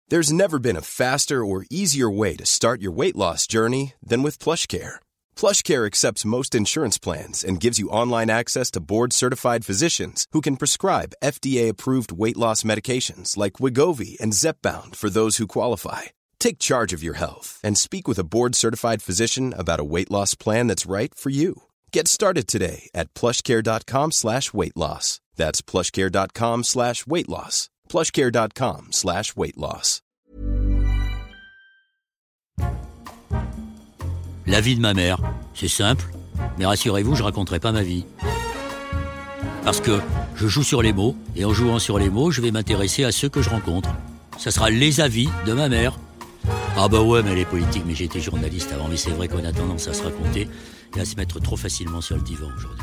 There's never been a faster or easier way to start your weight loss journey than with PlushCare. PlushCare accepts most insurance plans and gives you online access to board-certified physicians who can prescribe FDA-approved weight loss medications like Wegovy and Zepbound for those who qualify. Take charge of your health and speak with a board-certified physician about a weight loss plan that's right for you. Get started today at plushcare.com/weight loss. That's plushcare.com/weight loss. plushcare.com/weight loss. La vie de ma mère, c'est simple, mais rassurez-vous, je raconterai pas ma vie. Parce que je joue sur les mots, et en jouant sur les mots, je vais m'intéresser à ceux que je rencontre. Ça sera les avis de ma mère. Ah bah ouais, mais elle est politique, mais j'étais journaliste avant, mais c'est vrai qu'on a tendance à se raconter et à se mettre trop facilement sur le divan aujourd'hui.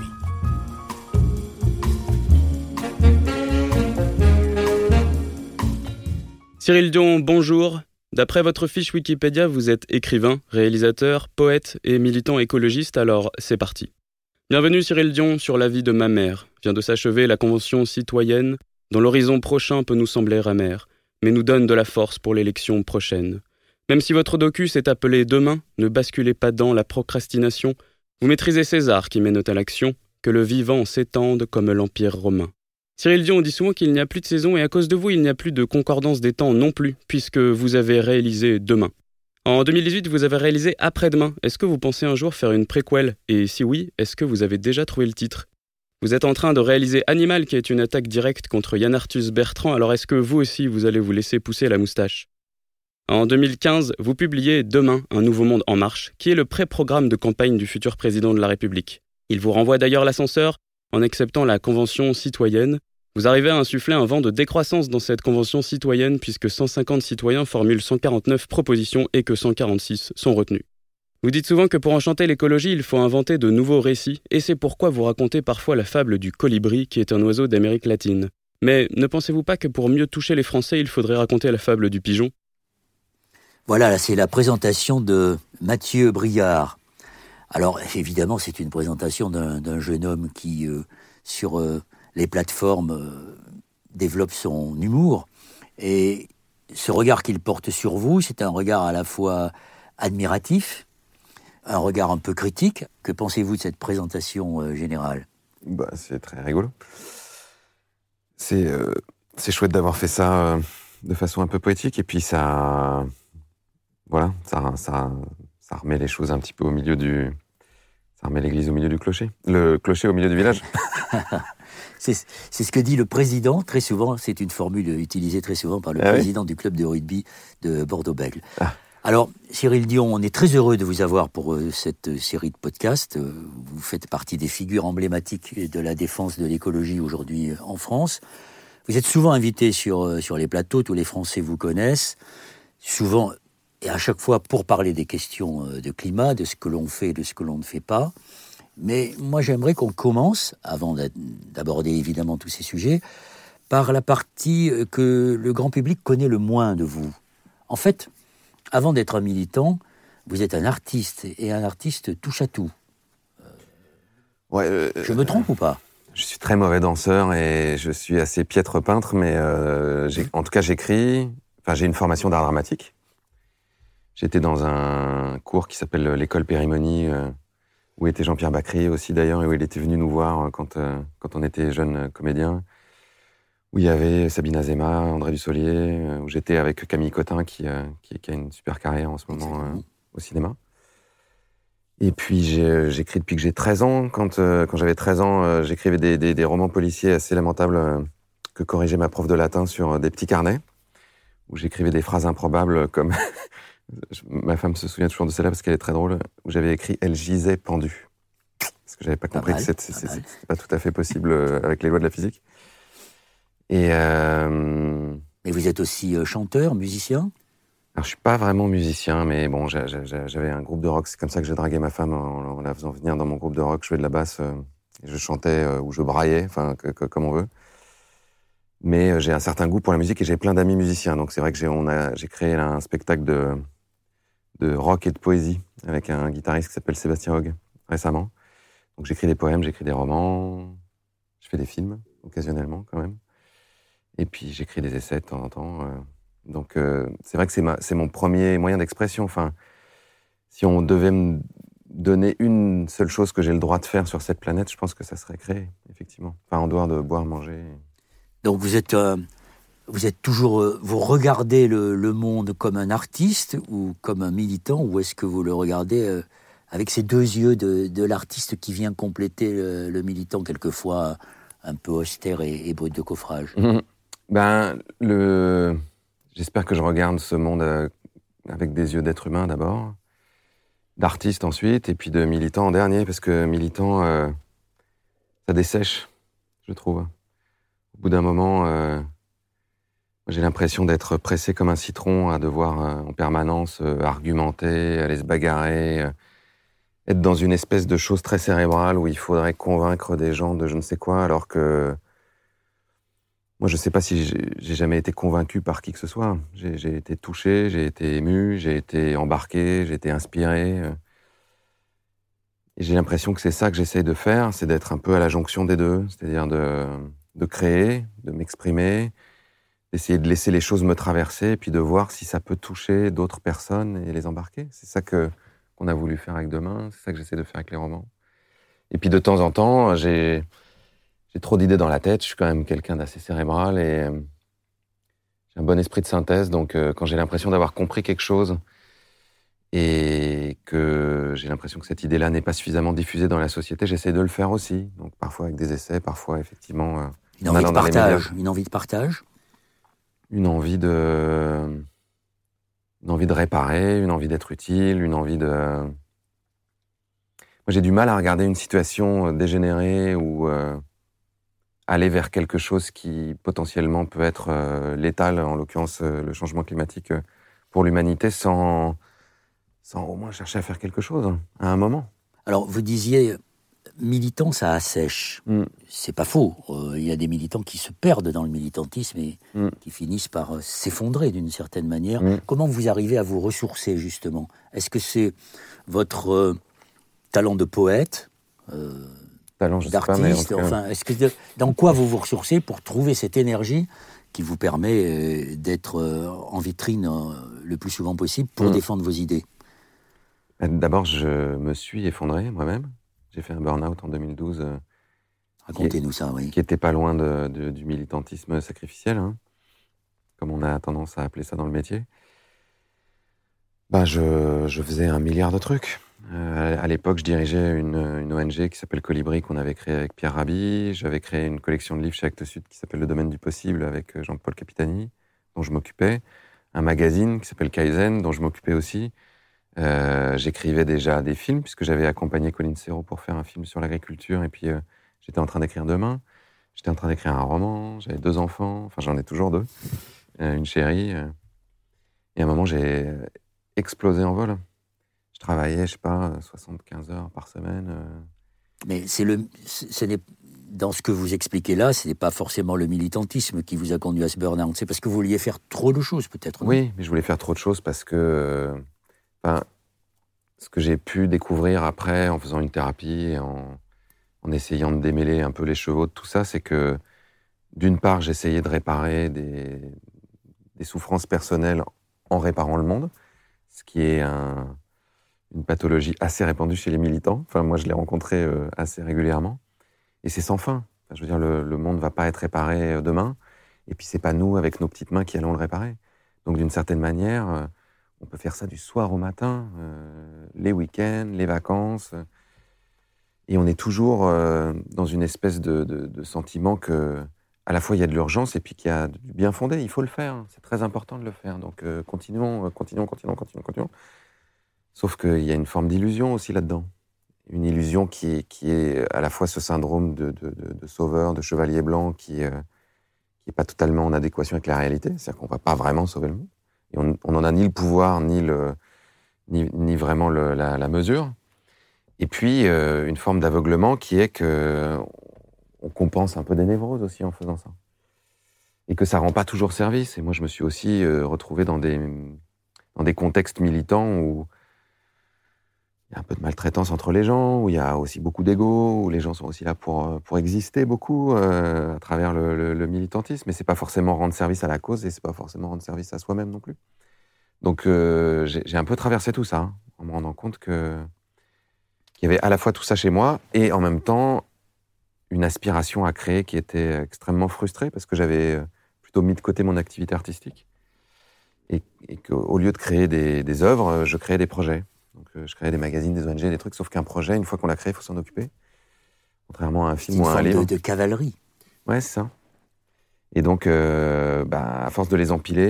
Cyril Dion, bonjour. D'après votre fiche Wikipédia, vous êtes écrivain, réalisateur, poète et militant écologiste, alors c'est parti. Bienvenue Cyril Dion sur La vie de ma mère. Vient de s'achever la Convention citoyenne, dont l'horizon prochain peut nous sembler amer, mais nous donne de la force pour l'élection prochaine. Même si votre docu s'est appelé Demain, ne basculez pas dans la procrastination. Vous maîtrisez César qui mène à l'action, que le vivant s'étende comme l'Empire romain. Cyril Dion dit souvent qu'il n'y a plus de saison et à cause de vous, il n'y a plus de concordance des temps non plus, puisque vous avez réalisé Demain. En 2018, vous avez réalisé Après-demain. Est-ce que vous pensez un jour faire une préquelle ? Et si oui, est-ce que vous avez déjà trouvé le titre ? Vous êtes en train de réaliser Animal, qui est une attaque directe contre Yann Arthus Bertrand, alors est-ce que vous aussi, vous allez vous laisser pousser la moustache ? En 2015, vous publiez Demain, un nouveau monde en marche, qui est le pré-programme de campagne du futur président de la République. Il vous renvoie d'ailleurs l'ascenseur en acceptant la Convention citoyenne. Vous arrivez à insuffler un vent de décroissance dans cette Convention citoyenne puisque 150 citoyens formulent 149 propositions et que 146 sont retenues. Vous dites souvent que pour enchanter l'écologie, il faut inventer de nouveaux récits, et c'est pourquoi vous racontez parfois la fable du colibri, qui est un oiseau d'Amérique latine. Mais ne pensez-vous pas que pour mieux toucher les Français, il faudrait raconter la fable du pigeon ? Voilà, là, c'est la présentation de Mathieu Briard. Alors, évidemment, c'est une présentation d'un jeune homme qui, sur les plateformes, développe son humour. Et ce regard qu'il porte sur vous, c'est un regard à la fois admiratif, un regard un peu critique. Que pensez-vous de cette présentation générale ? C'est très rigolo. C'est chouette d'avoir fait ça de façon un peu poétique. Et puis ça remet les choses un petit peu au milieu du... Ça remet l'église au milieu du clocher. Le clocher au milieu du village. C'est ce que dit le président, très souvent. C'est une formule utilisée très souvent par le président du club de rugby de Bordeaux-Bègles. Ah. Alors, Cyril Dion, on est très heureux de vous avoir pour cette série de podcasts. Vous faites partie des figures emblématiques de la défense de l'écologie aujourd'hui en France. Vous êtes souvent invité sur les plateaux, tous les Français vous connaissent. Souvent... Et à chaque fois pour parler des questions de climat, de ce que l'on fait et de ce que l'on ne fait pas. Mais moi, j'aimerais qu'on commence, avant d'aborder évidemment tous ces sujets, par la partie que le grand public connaît le moins de vous. En fait, avant d'être un militant, vous êtes un artiste, et un artiste touche à tout. Je me trompe ou pas ? Je suis très mauvais danseur et je suis assez piètre peintre, mais en tout cas, j'écris. Enfin, j'ai une formation d'art dramatique. J'étais dans un cours qui s'appelle l'école Périmonie, où était Jean-Pierre Bacry aussi d'ailleurs, et où il était venu nous voir quand on était jeunes comédiens, où il y avait Sabine Azéma, André Dussolier, où j'étais avec Camille Cotin, qui a une super carrière en ce moment au cinéma. Et puis j'écris depuis que j'ai 13 ans. Quand j'avais 13 ans, j'écrivais des romans policiers assez lamentables que corrigeait ma prof de latin sur des petits carnets, où j'écrivais des phrases improbables comme... Ma femme se souvient toujours de celle-là parce qu'elle est très drôle, où j'avais écrit « Elle gisait pendue ». Parce que j'avais pas compris que c'était pas tout à fait possible avec les lois de la physique. Et vous êtes aussi chanteur, musicien ? Alors je suis pas vraiment musicien, mais bon, j'avais un groupe de rock, c'est comme ça que j'ai dragué ma femme en la faisant venir dans mon groupe de rock. Je jouais de la basse, et je chantais ou je braillais, enfin comme on veut. Mais j'ai un certain goût pour la musique et j'ai plein d'amis musiciens. Donc c'est vrai que j'ai créé un spectacle de rock et de poésie avec un guitariste qui s'appelle Sébastien Hogg récemment. Donc j'écris des poèmes, j'écris des romans, je fais des films occasionnellement quand même. Et puis j'écris des essais de temps en temps. Donc, c'est vrai que c'est mon premier moyen d'expression. Enfin, si on devait me donner une seule chose que j'ai le droit de faire sur cette planète, je pense que ça serait créer, effectivement. Enfin, en dehors de boire, manger. Donc vous êtes toujours, vous regardez le monde comme un artiste ou comme un militant, ou est-ce que vous le regardez avec ces deux yeux de l'artiste qui vient compléter le militant, quelquefois un peu austère et brut de coffrage? J'espère que je regarde ce monde avec des yeux d'être humain d'abord, d'artiste ensuite, et puis de militant en dernier, parce que militant, ça dessèche, je trouve. Au bout d'un moment, j'ai l'impression d'être pressé comme un citron, à devoir en permanence argumenter, aller se bagarrer, être dans une espèce de chose très cérébrale où il faudrait convaincre des gens de je ne sais quoi, alors que moi, je ne sais pas si j'ai jamais été convaincu par qui que ce soit. J'ai été touché, j'ai été ému, j'ai été embarqué, j'ai été inspiré. Et j'ai l'impression que c'est ça que j'essaye de faire, c'est d'être un peu à la jonction des deux, c'est-à-dire de créer, de m'exprimer, d'essayer de laisser les choses me traverser, et puis de voir si ça peut toucher d'autres personnes et les embarquer. C'est ça qu'on a voulu faire avec Demain, c'est ça que j'essaie de faire avec les romans. Et puis de temps en temps, j'ai trop d'idées dans la tête, je suis quand même quelqu'un d'assez cérébral et j'ai un bon esprit de synthèse, donc quand j'ai l'impression d'avoir compris quelque chose et que j'ai l'impression que cette idée-là n'est pas suffisamment diffusée dans la société, j'essaie de le faire aussi. Donc parfois avec des essais, parfois effectivement une envie de partage. Une envie de partage. Une envie de réparer, une envie d'être utile, une envie de... Moi, j'ai du mal à regarder une situation dégénérée ou aller vers quelque chose qui potentiellement peut être létal, en l'occurrence le changement climatique pour l'humanité, sans au moins chercher à faire quelque chose à un moment. Alors, vous disiez, militant, ça assèche. C'est pas faux. Il y a des militants qui se perdent dans le militantisme et qui finissent par s'effondrer d'une certaine manière. Comment vous arrivez à vous ressourcer, justement? Est-ce que c'est votre talent de poète, talent, je d'artiste, sais pas, mais enfin, dans quoi vous vous ressourcez pour trouver cette énergie qui vous permet d'être en vitrine le plus souvent possible pour défendre vos idées? D'abord, je me suis effondré moi-même. J'ai fait un burn-out en 2012. Racontez-nous ça, oui. Qui était pas loin du militantisme sacrificiel, hein, comme on a tendance à appeler ça dans le métier. Je faisais 1 milliard de trucs. À l'époque, je dirigeais une ONG qui s'appelle Colibri, qu'on avait créée avec Pierre Rabhi. J'avais créé une collection de livres chez Actes Sud qui s'appelle Le Domaine du Possible avec Jean-Paul Capitani, dont je m'occupais. Un magazine qui s'appelle Kaizen, dont je m'occupais aussi. J'écrivais déjà des films, puisque j'avais accompagné Colline Serrault pour faire un film sur l'agriculture, et puis j'étais en train d'écrire Demain. J'étais en train d'écrire un roman, j'avais 2 enfants, enfin j'en ai toujours 2, une chérie. Et à un moment, j'ai explosé en vol. Je travaillais, je sais pas, 75 heures par semaine. Mais dans ce que vous expliquez là, ce n'est pas forcément le militantisme qui vous a conduit à ce burn-out. C'est parce que vous vouliez faire trop de choses, peut-être. Non? Oui, mais je voulais faire trop de choses parce que... ce que j'ai pu découvrir après, en faisant une thérapie et en essayant de démêler un peu les chevaux de tout ça, c'est que, d'une part, j'essayais de réparer des souffrances personnelles en réparant le monde, ce qui est une pathologie assez répandue chez les militants. Enfin, moi, je l'ai rencontré assez régulièrement. Et c'est sans fin. Enfin, je veux dire, le monde ne va pas être réparé demain. Et puis, c'est pas nous, avec nos petites mains, qui allons le réparer. Donc, d'une certaine manière, on peut faire ça du soir au matin, les week-ends, les vacances. Et on est toujours dans une espèce de sentiment que, à la fois, il y a de l'urgence et puis qu'il y a du bien fondé. Il faut le faire. C'est très important de le faire. Donc, continuons. Sauf qu'il y a une forme d'illusion aussi là-dedans. Une illusion qui est à la fois ce syndrome de sauveur, de chevalier blanc, qui est pas totalement en adéquation avec la réalité. C'est-à-dire qu'on va pas vraiment sauver le monde. Et on n'en a ni le pouvoir, ni vraiment la mesure. Et puis, une forme d'aveuglement qui est que on compense un peu des névroses aussi en faisant ça. Et que ça rend pas toujours service. Et moi, je me suis aussi retrouvé dans des contextes militants où il y a un peu de maltraitance entre les gens, où il y a aussi beaucoup d'ego, où les gens sont aussi là pour exister beaucoup à travers le militantisme. Mais c'est pas forcément rendre service à la cause et c'est pas forcément rendre service à soi-même non plus. Donc j'ai un peu traversé tout ça, en me rendant compte qu'il y avait à la fois tout ça chez moi et en même temps une aspiration à créer qui était extrêmement frustrée parce que j'avais plutôt mis de côté mon activité artistique et qu'au lieu de créer des œuvres, je créais des projets. Donc je créais des magazines, des ONG, des trucs, sauf qu'un projet, une fois qu'on l'a créé, il faut s'en occuper. Contrairement à un film ou à un livre. C'est une forme de cavalerie. Ouais, c'est ça. Et donc, à force de les empiler,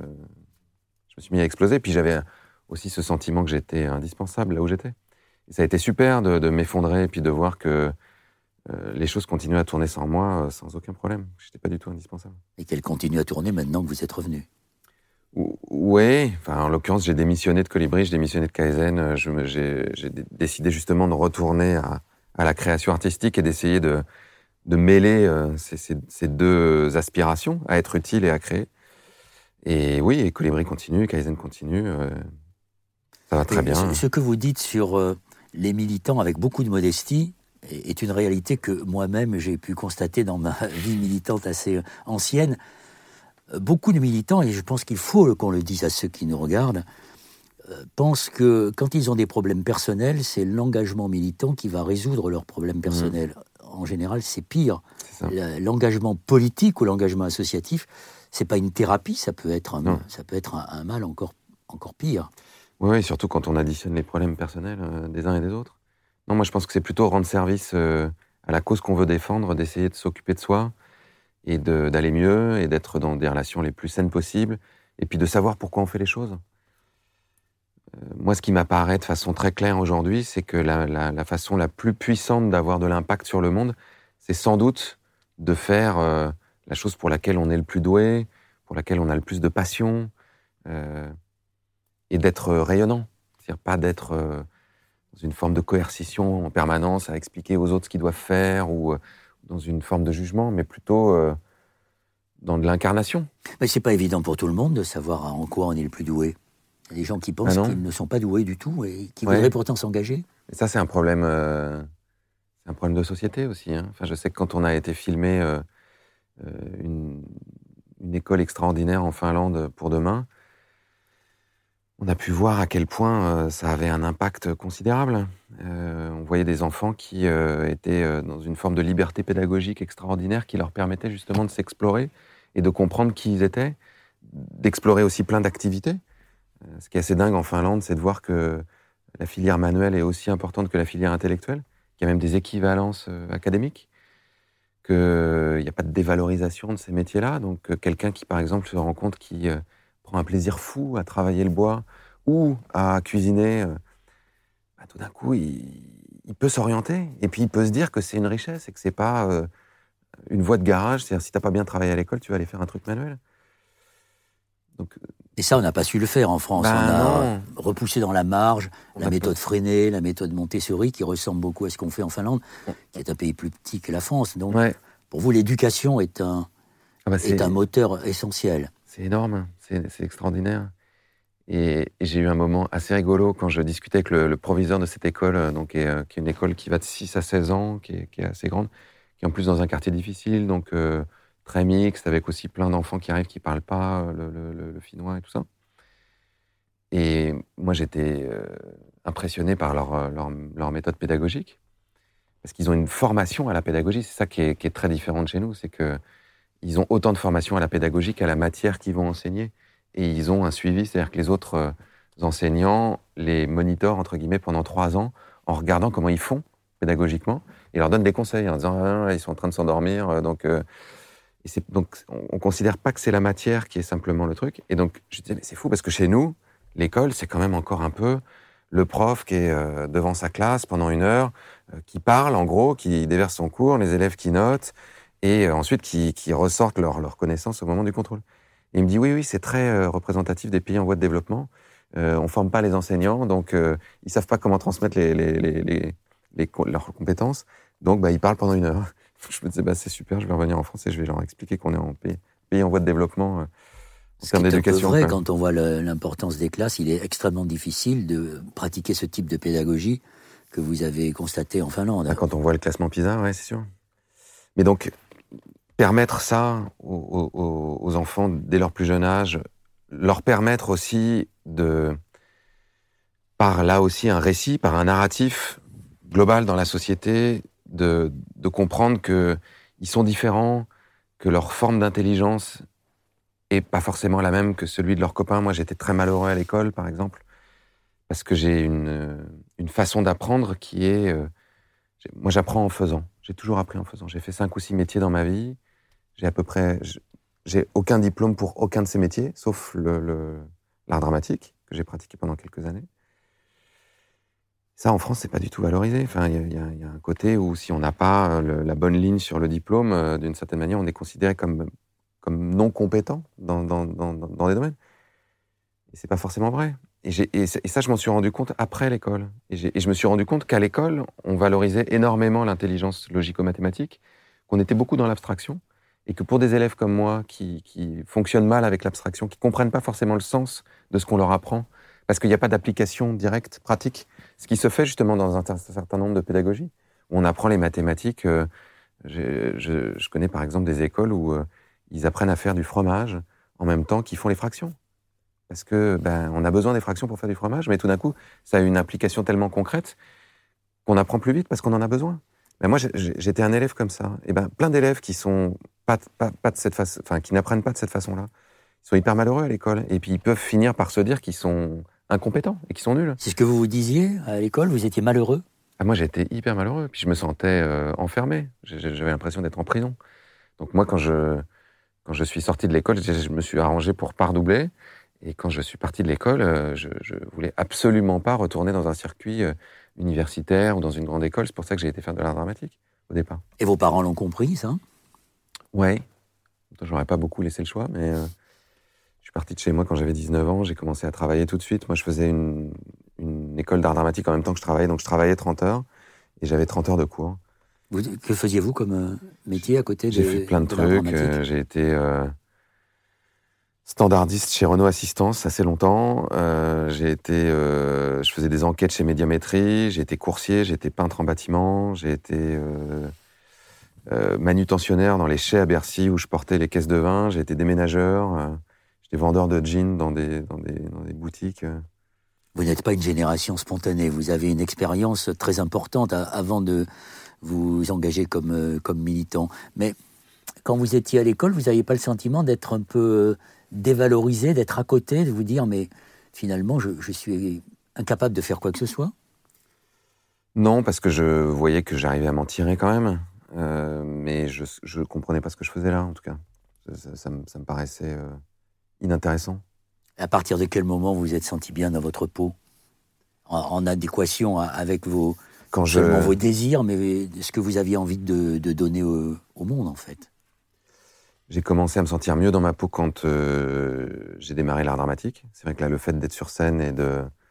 je me suis mis à exploser. Puis j'avais aussi ce sentiment que j'étais indispensable là où j'étais. Et ça a été super de m'effondrer et puis de voir que les choses continuaient à tourner sans moi, sans aucun problème. Je n'étais pas du tout indispensable. Et qu'elles continuent à tourner maintenant que vous êtes revenu. Oui, en l'occurrence, j'ai démissionné de Colibri, j'ai démissionné de Kaizen. J'ai décidé justement de retourner à la création artistique et d'essayer de mêler ces deux aspirations, à être utile et à créer. Et oui, et Colibri continue, Kaizen continue, ça va très bien. Ce que vous dites sur les militants avec beaucoup de modestie est une réalité que moi-même j'ai pu constater dans ma vie militante assez ancienne. Beaucoup de militants, et je pense qu'il faut qu'on le dise à ceux qui nous regardent, pensent que quand ils ont des problèmes personnels, c'est l'engagement militant qui va résoudre leurs problèmes personnels. En général, c'est pire. L'engagement politique ou l'engagement associatif, c'est pas une thérapie, ça peut être un mal encore pire. Oui, surtout quand on additionne les problèmes personnels des uns et des autres. Non, moi je pense que c'est plutôt rendre service à la cause qu'on veut défendre, d'essayer de s'occuper de soi et d'aller mieux et d'être dans des relations les plus saines possibles et puis de savoir pourquoi on fait les choses. Moi, ce qui m'apparaît de façon très claire aujourd'hui, c'est que la façon la plus puissante d'avoir de l'impact sur le monde, c'est sans doute de faire la chose pour laquelle on est le plus doué, pour laquelle on a le plus de passion, et d'être rayonnant. C'est-à-dire pas d'être dans une forme de coercition en permanence, à expliquer aux autres ce qu'ils doivent faire, ou dans une forme de jugement, mais plutôt dans de l'incarnation. Mais c'est pas évident pour tout le monde de savoir en quoi on est le plus doué. Il y a des gens qui pensent qu'ils ne sont pas doués du tout et qui voudraient pourtant s'engager. Et ça, c'est un problème de société aussi. Enfin, je sais que quand on a été filmer une école extraordinaire en Finlande pour demain, on a pu voir à quel point ça avait un impact considérable. On voyait des enfants qui étaient dans une forme de liberté pédagogique extraordinaire qui leur permettait justement de s'explorer et de comprendre qui ils étaient, d'explorer aussi plein d'activités. Ce qui est assez dingue en Finlande, c'est de voir que la filière manuelle est aussi importante que la filière intellectuelle, qu'il y a même des équivalences académiques, qu'il n'y a pas de dévalorisation de ces métiers-là. Donc quelqu'un qui, par exemple, se rend compte qu'il prend un plaisir fou à travailler le bois ou à cuisiner, tout d'un coup, il peut s'orienter. Et puis, il peut se dire que c'est une richesse et que c'est pas une voie de garage. C'est-à-dire, si t'as pas bien travaillé à l'école, tu vas aller faire un truc manuel. Donc, et ça, on n'a pas su le faire en France. On a repoussé dans la marge la méthode Freinet, la méthode Montessori, qui ressemble beaucoup à ce qu'on fait en Finlande, qui est un pays plus petit que la France. Donc, pour vous, l'éducation est un moteur essentiel. C'est énorme, c'est extraordinaire. Et j'ai eu un moment assez rigolo quand je discutais avec le proviseur de cette école, donc, qui est une école qui va de 6 à 16 ans, qui est assez grande, qui est en plus dans un quartier difficile, donc très mixte, avec aussi plein d'enfants qui arrivent qui ne parlent pas le finnois et tout ça. Et moi, j'étais impressionné par leur méthode pédagogique, parce qu'ils ont une formation à la pédagogie. C'est ça qui est très différent de chez nous, c'est qu'ils ont autant de formation à la pédagogie qu'à la matière qu'ils vont enseigner. Et ils ont un suivi, c'est-à-dire que les autres enseignants les monitorent, entre guillemets, pendant 3 ans, en regardant comment ils font pédagogiquement, et leur donnent des conseils, en disant ils sont en train de s'endormir, donc on ne considère pas que c'est la matière qui est simplement le truc. Et donc, je disais, mais c'est fou, parce que chez nous, l'école, c'est quand même encore un peu le prof qui est devant sa classe pendant 1 heure, qui parle, en gros, qui déverse son cours, les élèves qui notent, et ensuite qui ressortent leur connaissance au moment du contrôle. Et il me dit, oui, c'est très représentatif des pays en voie de développement. On ne forme pas les enseignants, donc ils ne savent pas comment transmettre leurs compétences. Donc, ils parlent pendant 1 heure. Je me disais, c'est super, je vais revenir en France et je vais leur expliquer qu'on est en pays en voie de développement Ce qui est un peu vrai, quand on voit l'importance des classes, il est extrêmement difficile de pratiquer ce type de pédagogie que vous avez constaté en Finlande. Quand on voit le classement PISA, ouais, c'est sûr. Mais donc, permettre ça aux enfants dès leur plus jeune âge, leur permettre aussi par là aussi un récit, par un narratif global dans la société, de comprendre qu'ils sont différents, que leur forme d'intelligence est pas forcément la même que celui de leurs copains. Moi, j'étais très malheureux à l'école, par exemple, parce que j'ai une façon d'apprendre qui est... moi, j'apprends en faisant. J'ai toujours appris en faisant. J'ai fait 5 ou 6 métiers dans ma vie. J'ai aucun diplôme pour aucun de ces métiers, sauf l'art dramatique, que j'ai pratiqué pendant quelques années. Ça, en France, c'est pas du tout valorisé. Enfin, il y a un côté où si on n'a pas la bonne ligne sur le diplôme, d'une certaine manière, on est considéré comme non compétent dans des domaines. Et c'est pas forcément vrai. Et ça, je m'en suis rendu compte après l'école. Et je me suis rendu compte qu'à l'école, on valorisait énormément l'intelligence logico-mathématique, qu'on était beaucoup dans l'abstraction, et que pour des élèves comme moi, qui fonctionnent mal avec l'abstraction, qui comprennent pas forcément le sens de ce qu'on leur apprend, parce qu'il n'y a pas d'application directe, pratique, ce qui se fait justement dans un certain nombre de pédagogies, où on apprend les mathématiques. Je connais par exemple des écoles où ils apprennent à faire du fromage en même temps qu'ils font les fractions. Parce que on a besoin des fractions pour faire du fromage, mais tout d'un coup, ça a une application tellement concrète qu'on apprend plus vite parce qu'on en a besoin. Moi, j'étais un élève comme ça. Et plein d'élèves qui sont pas de cette façon, enfin, qui n'apprennent pas de cette façon-là, ils sont hyper malheureux à l'école. Et puis ils peuvent finir par se dire qu'ils sont incompétents et qu'ils sont nuls. C'est ce que vous vous disiez à l'école? Vous étiez malheureux? Moi, j'étais hyper malheureux. Puis je me sentais enfermé. J'avais l'impression d'être en prison. Donc moi, quand je suis sorti de l'école, je me suis arrangé pour pas redoubler. Et quand je suis parti de l'école, je voulais absolument pas retourner dans un circuit universitaire ou dans une grande école. C'est pour ça que j'ai été faire de l'art dramatique au départ. Et vos parents l'ont compris, ça? Ouais. J'aurais pas beaucoup laissé le choix, mais je suis parti de chez moi quand j'avais 19 ans. J'ai commencé à travailler tout de suite. Moi, je faisais une école d'art dramatique en même temps que je travaillais. Donc, je travaillais 30 heures et j'avais 30 heures de cours. Que faisiez-vous comme métier à côté de J'ai fait plein de trucs. J'ai été standardiste chez Renault Assistance assez longtemps. Je faisais des enquêtes chez Médiamétrie. J'ai été coursier. J'ai été peintre en bâtiment. J'ai été manutentionnaire dans les chais à Bercy où je portais les caisses de vin. J'ai été déménageur. J'étais vendeur de jeans dans des boutiques. Vous n'êtes pas une génération spontanée. Vous avez une expérience très importante avant de vous engager comme militant. Mais quand vous étiez à l'école, vous n'aviez pas le sentiment d'être un peu dévalorisé, d'être à côté, de vous dire mais finalement je suis incapable de faire quoi que ce soit? Non, parce que je voyais que j'arrivais à m'en tirer quand même. Mais je comprenais pas ce que je faisais là, en tout cas. Ça me paraissait inintéressant. À partir de quel moment vous vous êtes senti bien dans votre peau? En adéquation avec seulement vos désirs, mais ce que vous aviez envie de donner au monde, en fait. J'ai commencé à me sentir mieux dans ma peau quand j'ai démarré l'art dramatique. C'est vrai que là, le fait d'être sur scène et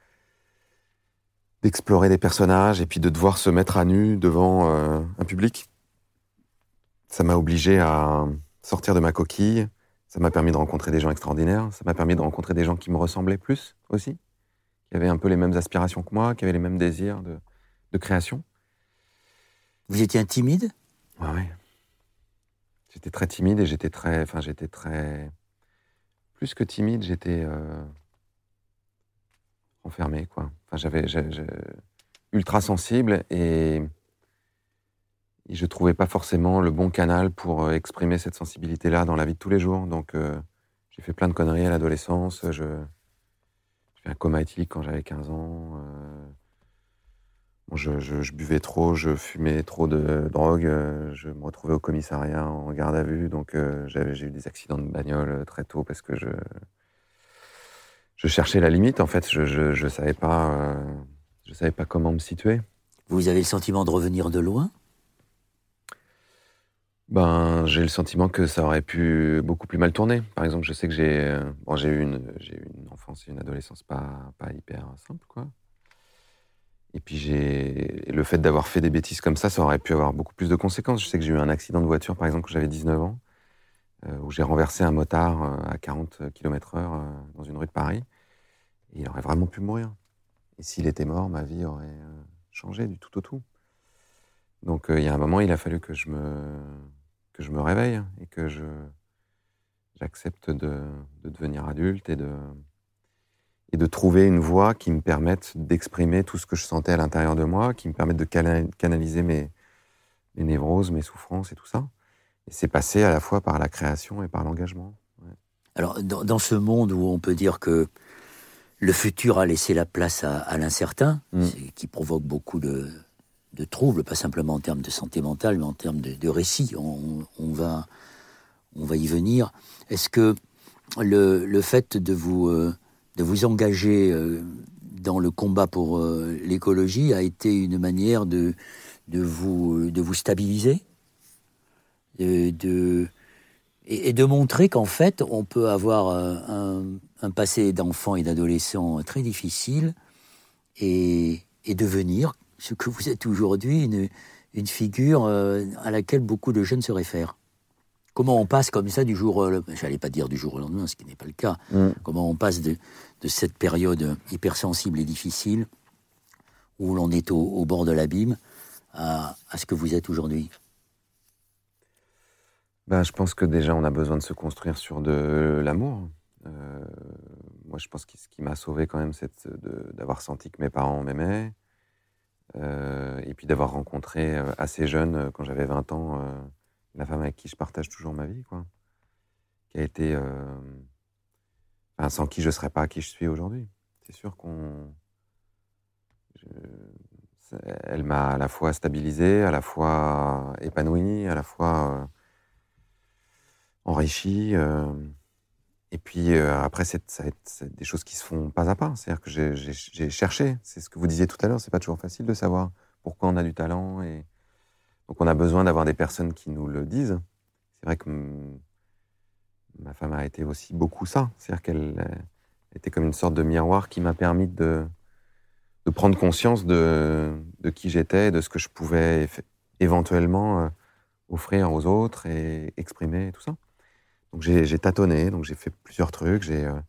d'explorer des personnages et puis de devoir se mettre à nu devant un public, ça m'a obligé à sortir de ma coquille. Ça m'a permis de rencontrer des gens extraordinaires. Ça m'a permis de rencontrer des gens qui me ressemblaient plus aussi, qui avaient un peu les mêmes aspirations que moi, qui avaient les mêmes désirs de création. Vous étiez timide? Oui. J'étais très timide et j'étais très... Plus que timide, j'étais enfermé, quoi. Enfin, j'avais ultra sensible et je trouvais pas forcément le bon canal pour exprimer cette sensibilité-là dans la vie de tous les jours. Donc, j'ai fait plein de conneries à l'adolescence. J'ai fait un coma éthylique quand j'avais 15 ans. Je buvais trop, je fumais trop de drogue. Je me retrouvais au commissariat en garde à vue. Donc, j'ai eu des accidents de bagnole très tôt parce que je cherchais la limite. En fait, je savais pas comment me situer. Vous avez le sentiment de revenir de loin? J'ai le sentiment que ça aurait pu beaucoup plus mal tourner. Par exemple, je sais que j'ai eu une enfance et une adolescence pas hyper simple, quoi. Et puis le fait d'avoir fait des bêtises comme ça aurait pu avoir beaucoup plus de conséquences. Je sais que j'ai eu un accident de voiture, par exemple, quand j'avais 19 ans. où j'ai renversé un motard à 40 km/h dans une rue de Paris. Et il aurait vraiment pu mourir. Et s'il était mort, ma vie aurait changé du tout au tout. Donc il y a un moment, il a fallu que je me réveille et que j'accepte de devenir adulte et de trouver une voie qui me permette d'exprimer tout ce que je sentais à l'intérieur de moi, qui me permette de canaliser mes névroses, mes souffrances et tout ça. Et c'est passé à la fois par la création et par l'engagement. Ouais. Alors, dans ce monde où on peut dire que le futur a laissé la place à l'incertain, qui provoque beaucoup de troubles, pas simplement en termes de santé mentale, mais en termes de récit, on va y venir. Est-ce que le fait de vous engager dans le combat pour l'écologie a été une manière de vous stabiliser et de montrer qu'en fait, on peut avoir un passé d'enfant et d'adolescent très difficile et devenir ce que vous êtes aujourd'hui, une figure à laquelle beaucoup de jeunes se réfèrent. Comment on passe comme ça du jour, j'allais pas dire du jour au lendemain, ce qui n'est pas le cas, comment on passe de cette période hypersensible et difficile, où l'on est au bord de l'abîme, à ce que vous êtes aujourd'hui? Je pense que déjà, on a besoin de se construire sur de l'amour. Moi, je pense que ce qui m'a sauvé quand même, c'est d'avoir senti que mes parents m'aimaient, et puis d'avoir rencontré assez jeune, quand j'avais 20 ans, la femme avec qui je partage toujours ma vie, quoi, qui a été, sans qui je ne serais pas qui je suis aujourd'hui. C'est sûr elle m'a à la fois stabilisé, à la fois épanoui, à la fois enrichi. Et puis après, c'est des choses qui se font pas à pas. C'est-à-dire que j'ai cherché. C'est ce que vous disiez tout à l'heure. C'est pas toujours facile de savoir pourquoi on a du talent. Et donc on a besoin d'avoir des personnes qui nous le disent. C'est vrai que ma femme a été aussi beaucoup ça. C'est-à-dire qu'elle était comme une sorte de miroir qui m'a permis de prendre conscience de qui j'étais, de ce que je pouvais éventuellement offrir aux autres et exprimer et tout ça. Donc j'ai tâtonné, donc j'ai fait plusieurs trucs.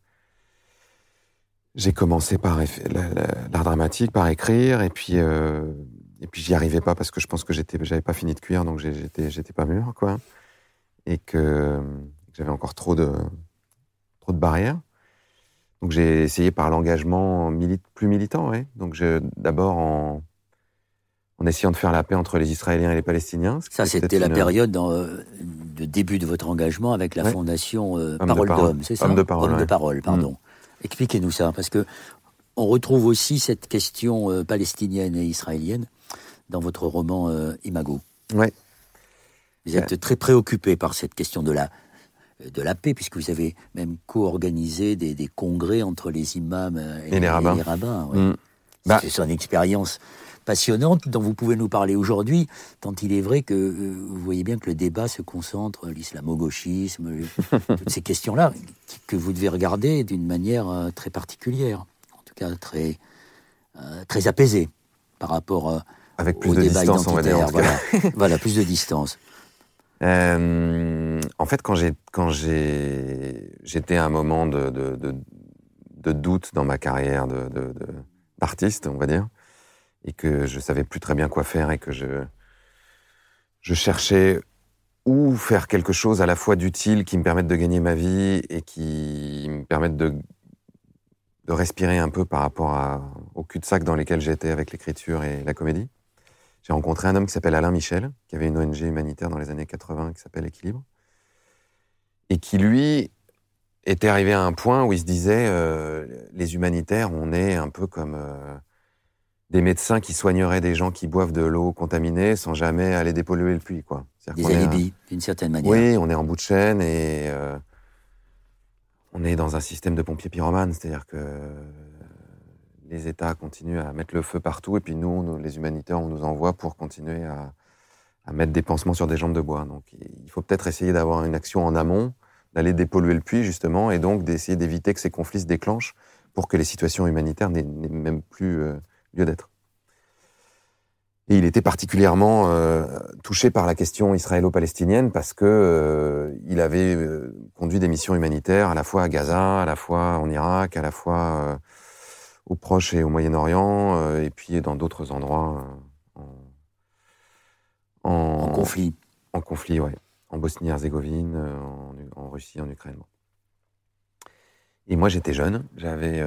J'ai commencé par l'art dramatique, par écrire, et puis j'y arrivais pas parce que je pense que j'avais pas fini de cuire, donc j'étais pas mûr, quoi, et que j'avais encore trop de barrières. Donc j'ai essayé par l'engagement plus militant, ouais. Donc d'abord en essayant de faire la paix entre les Israéliens et les Palestiniens. Ça, c'était la période de début de votre engagement avec la fondation Parole d'Homme, c'est ça? Homme de Parole. Homme de Parole, pardon. Expliquez-nous ça, parce que on retrouve aussi cette question palestinienne et israélienne dans votre roman Imago. Ouais. Vous êtes très préoccupé par cette question de la paix, puisque vous avez même co-organisé des congrès entre les imams et les rabbins. Ouais. C'est son expérience passionnante dont vous pouvez nous parler aujourd'hui, tant il est vrai que vous voyez bien que le débat se concentre, l'islamo-gauchisme, toutes ces questions-là, que vous devez regarder d'une manière très particulière, en tout cas très apaisée par rapport avec plus au de débat distance, identitaire. On va dire, voilà, plus de distance. En fait, quand j'étais à un moment de doute dans ma carrière d'artiste, on va dire, et que je savais plus très bien quoi faire et que je cherchais où faire quelque chose à la fois d'utile qui me permette de gagner ma vie et qui me permette de respirer un peu par rapport au cul-de-sac dans lesquels j'étais avec l'écriture et la comédie. J'ai rencontré un homme qui s'appelle Alain Michel, qui avait une ONG humanitaire dans les années 80 qui s'appelle Équilibre, et qui, lui, était arrivé à un point où il se disait les humanitaires, on est un peu comme des médecins qui soigneraient des gens qui boivent de l'eau contaminée sans jamais aller dépolluer le puits, quoi. Des alibis, d'une certaine manière. Oui, on est en bout de chaîne et on est dans un système de pompiers pyromanes, c'est-à-dire que les États continuent à mettre le feu partout et puis nous, les humanitaires, on nous envoie pour continuer à mettre des pansements sur des jambes de bois. Donc il faut peut-être essayer d'avoir une action en amont, d'aller dépolluer le puits, justement, et donc d'essayer d'éviter que ces conflits se déclenchent pour que les situations humanitaires n'aient même plus lieu d'être. Et il était particulièrement touché par la question israélo-palestinienne parce que il avait conduit des missions humanitaires à la fois à Gaza, à la fois en Irak, à la fois au Proche et au Moyen-Orient, et puis dans d'autres endroits en conflit. En conflit, ouais. En Bosnie-Herzégovine, en Russie, en Ukraine. Et moi, j'étais jeune, j'avais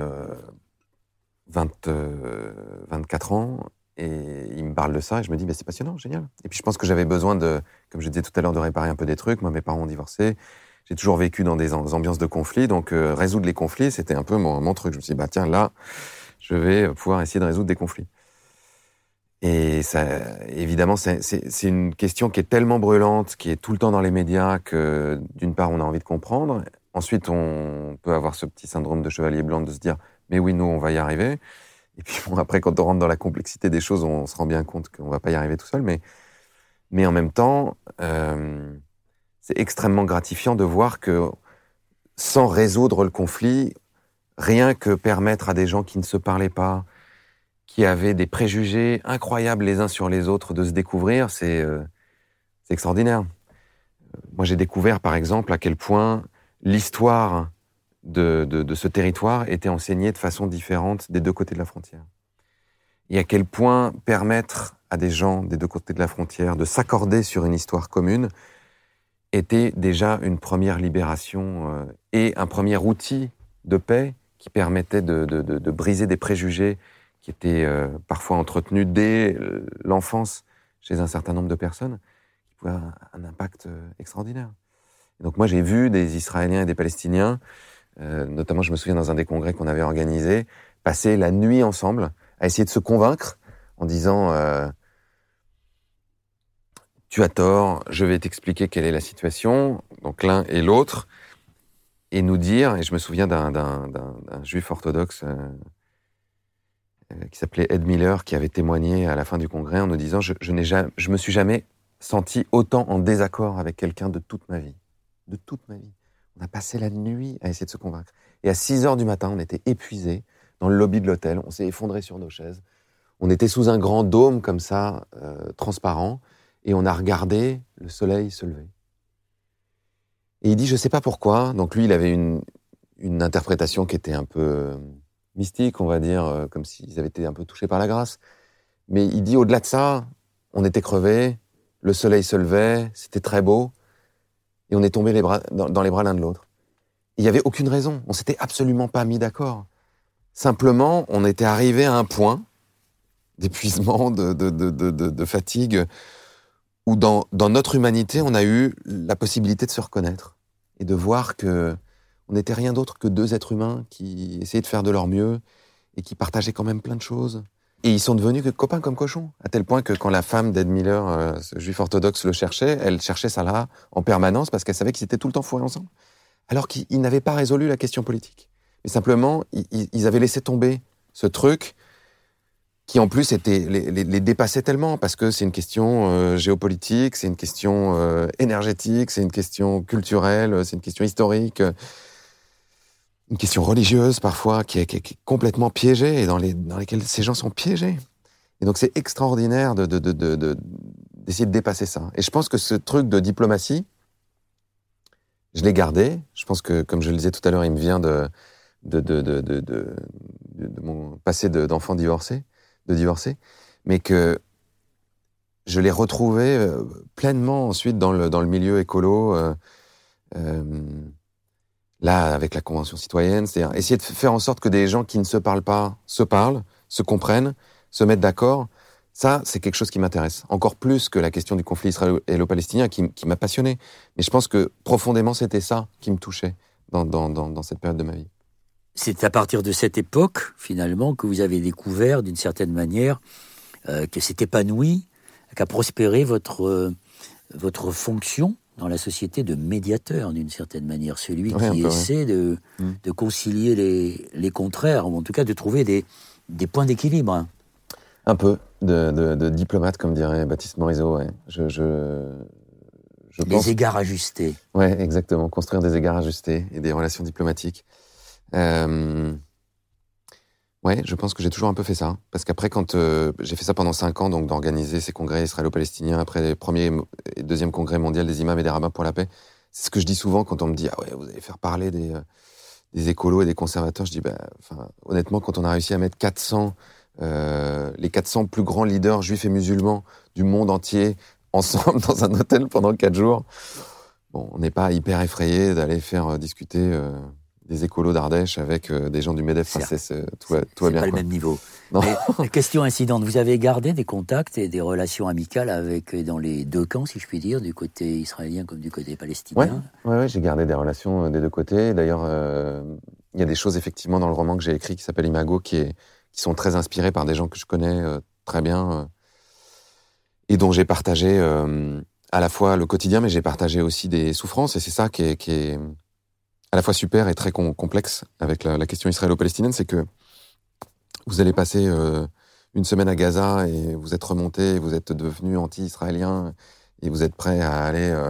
24 ans, et il me parle de ça, et je me dis, c'est passionnant, génial. Et puis je pense que j'avais besoin comme je disais tout à l'heure, de réparer un peu des trucs. Moi, mes parents ont divorcé, j'ai toujours vécu dans des ambiances de conflit, donc résoudre les conflits, c'était un peu mon truc. Je me suis dit, tiens, là, je vais pouvoir essayer de résoudre des conflits. Et ça, évidemment, c'est une question qui est tellement brûlante, qui est tout le temps dans les médias, que d'une part, on a envie de comprendre. Ensuite, on peut avoir ce petit syndrome de chevalier blanc de se dire, mais oui, nous, on va y arriver. Et puis après, quand on rentre dans la complexité des choses, on se rend bien compte qu'on va pas y arriver tout seul. Mais en même temps, c'est extrêmement gratifiant de voir que, sans résoudre le conflit, rien que permettre à des gens qui ne se parlaient pas, qui avaient des préjugés incroyables les uns sur les autres, de se découvrir, c'est extraordinaire. Moi, j'ai découvert, par exemple, à quel point l'histoire de ce territoire était enseignée de façon différente des deux côtés de la frontière. Et à quel point permettre à des gens des deux côtés de la frontière de s'accorder sur une histoire commune était déjà une première libération et un premier outil de paix qui permettait de briser des préjugés qui étaient parfois entretenus dès l'enfance chez un certain nombre de personnes, qui pouvaient avoir un impact extraordinaire. Et donc moi, j'ai vu des Israéliens et des Palestiniens, notamment je me souviens dans un des congrès qu'on avait organisé, passer la nuit ensemble à essayer de se convaincre en disant tu as tort, je vais t'expliquer quelle est la situation, donc l'un et l'autre, et nous dire, et je me souviens d'un juif orthodoxe qui s'appelait Ed Miller, qui avait témoigné à la fin du congrès en nous disant je me suis jamais senti autant en désaccord avec quelqu'un de toute ma vie. De toute ma vie. On a passé la nuit à essayer de se convaincre. Et à 6h du matin, on était épuisés dans le lobby de l'hôtel, on s'est effondrés sur nos chaises. On était sous un grand dôme comme ça, transparent, et on a regardé le soleil se lever. Et il dit, je sais pas pourquoi, donc lui, il avait une interprétation qui était un peu mystique, on va dire, comme s'ils avaient été un peu touchés par la grâce. Mais il dit, au-delà de ça, on était crevés, le soleil se levait, c'était très beau, et on est tombés dans les bras l'un de l'autre. Il n'y avait aucune raison, on s'était absolument pas mis d'accord. Simplement, on était arrivé à un point d'épuisement, de fatigue, où dans notre humanité, on a eu la possibilité de se reconnaître et de voir que on n'était rien d'autre que deux êtres humains qui essayaient de faire de leur mieux et qui partageaient quand même plein de choses. Et ils sont devenus copains comme cochons, à tel point que quand la femme d'Ed Miller, ce juif orthodoxe, le cherchait, elle cherchait Salah en permanence parce qu'elle savait qu'ils étaient tout le temps fourrés ensemble. Alors qu'ils n'avaient pas résolu la question politique. Mais simplement, ils avaient laissé tomber ce truc qui en plus les dépassait tellement, parce que c'est une question géopolitique, c'est une question énergétique, c'est une question culturelle, c'est une question historique, une question religieuse parfois, qui est complètement piégée, et dans lesquelles ces gens sont piégés. Et donc c'est extraordinaire d'essayer de dépasser ça. Et je pense que ce truc de diplomatie, je l'ai gardé. Je pense que, comme je le disais tout à l'heure, il me vient de mon passé d'enfant divorcé, mais que je l'ai retrouvé pleinement ensuite dans le milieu écolo, là, avec la Convention citoyenne, c'est-à-dire essayer de faire en sorte que des gens qui ne se parlent pas se parlent, se comprennent, se mettent d'accord. Ça, c'est quelque chose qui m'intéresse, encore plus que la question du conflit israélo-palestinien qui m'a passionné. Mais je pense que profondément, c'était ça qui me touchait dans cette période de ma vie. C'est à partir de cette époque, finalement, que vous avez découvert, d'une certaine manière, que s'est épanoui, qu'a prospéré votre fonction dans la société de médiateur, d'une certaine manière. Celui qui essaie de concilier les contraires, ou en tout cas de trouver des points d'équilibre. Un peu de diplomate, comme dirait Baptiste Morisot, ouais. Je pense... Les égards ajustés. Ouais, exactement. Construire des égards ajustés et des relations diplomatiques. Ouais, Ouais, je pense que j'ai toujours un peu fait ça. Parce qu'après, quand j'ai fait ça pendant 5 ans, donc d'organiser ces congrès israélo-palestiniens, après les premiers et deuxième congrès mondial des imams et des rabbins pour la paix, c'est ce que je dis souvent quand on me dit « Ah ouais, vous allez faire parler des écolos et des conservateurs », je dis honnêtement, quand on a réussi à mettre les 400 plus grands leaders juifs et musulmans du monde entier ensemble dans un hôtel pendant 4 jours, bon, on n'est pas hyper effrayé d'aller faire discuter des écolos d'Ardèche avec des gens du MEDEF. Enfin, tout va bien. C'est pas le même niveau. Mais, question incidente, vous avez gardé des contacts et des relations amicales dans les deux camps, si je puis dire, du côté israélien comme du côté palestinien? Ouais, j'ai gardé des relations des deux côtés. D'ailleurs, il y a des choses effectivement dans le roman que j'ai écrit qui s'appelle Imago, qui sont très inspirés par des gens que je connais très bien et dont j'ai partagé à la fois le quotidien, mais j'ai partagé aussi des souffrances. Et c'est ça qui est à la fois super et très complexe avec la question israélo-palestinienne, c'est que vous allez passer une semaine à Gaza et vous êtes remonté, vous êtes devenu anti-israélien et vous êtes prêt à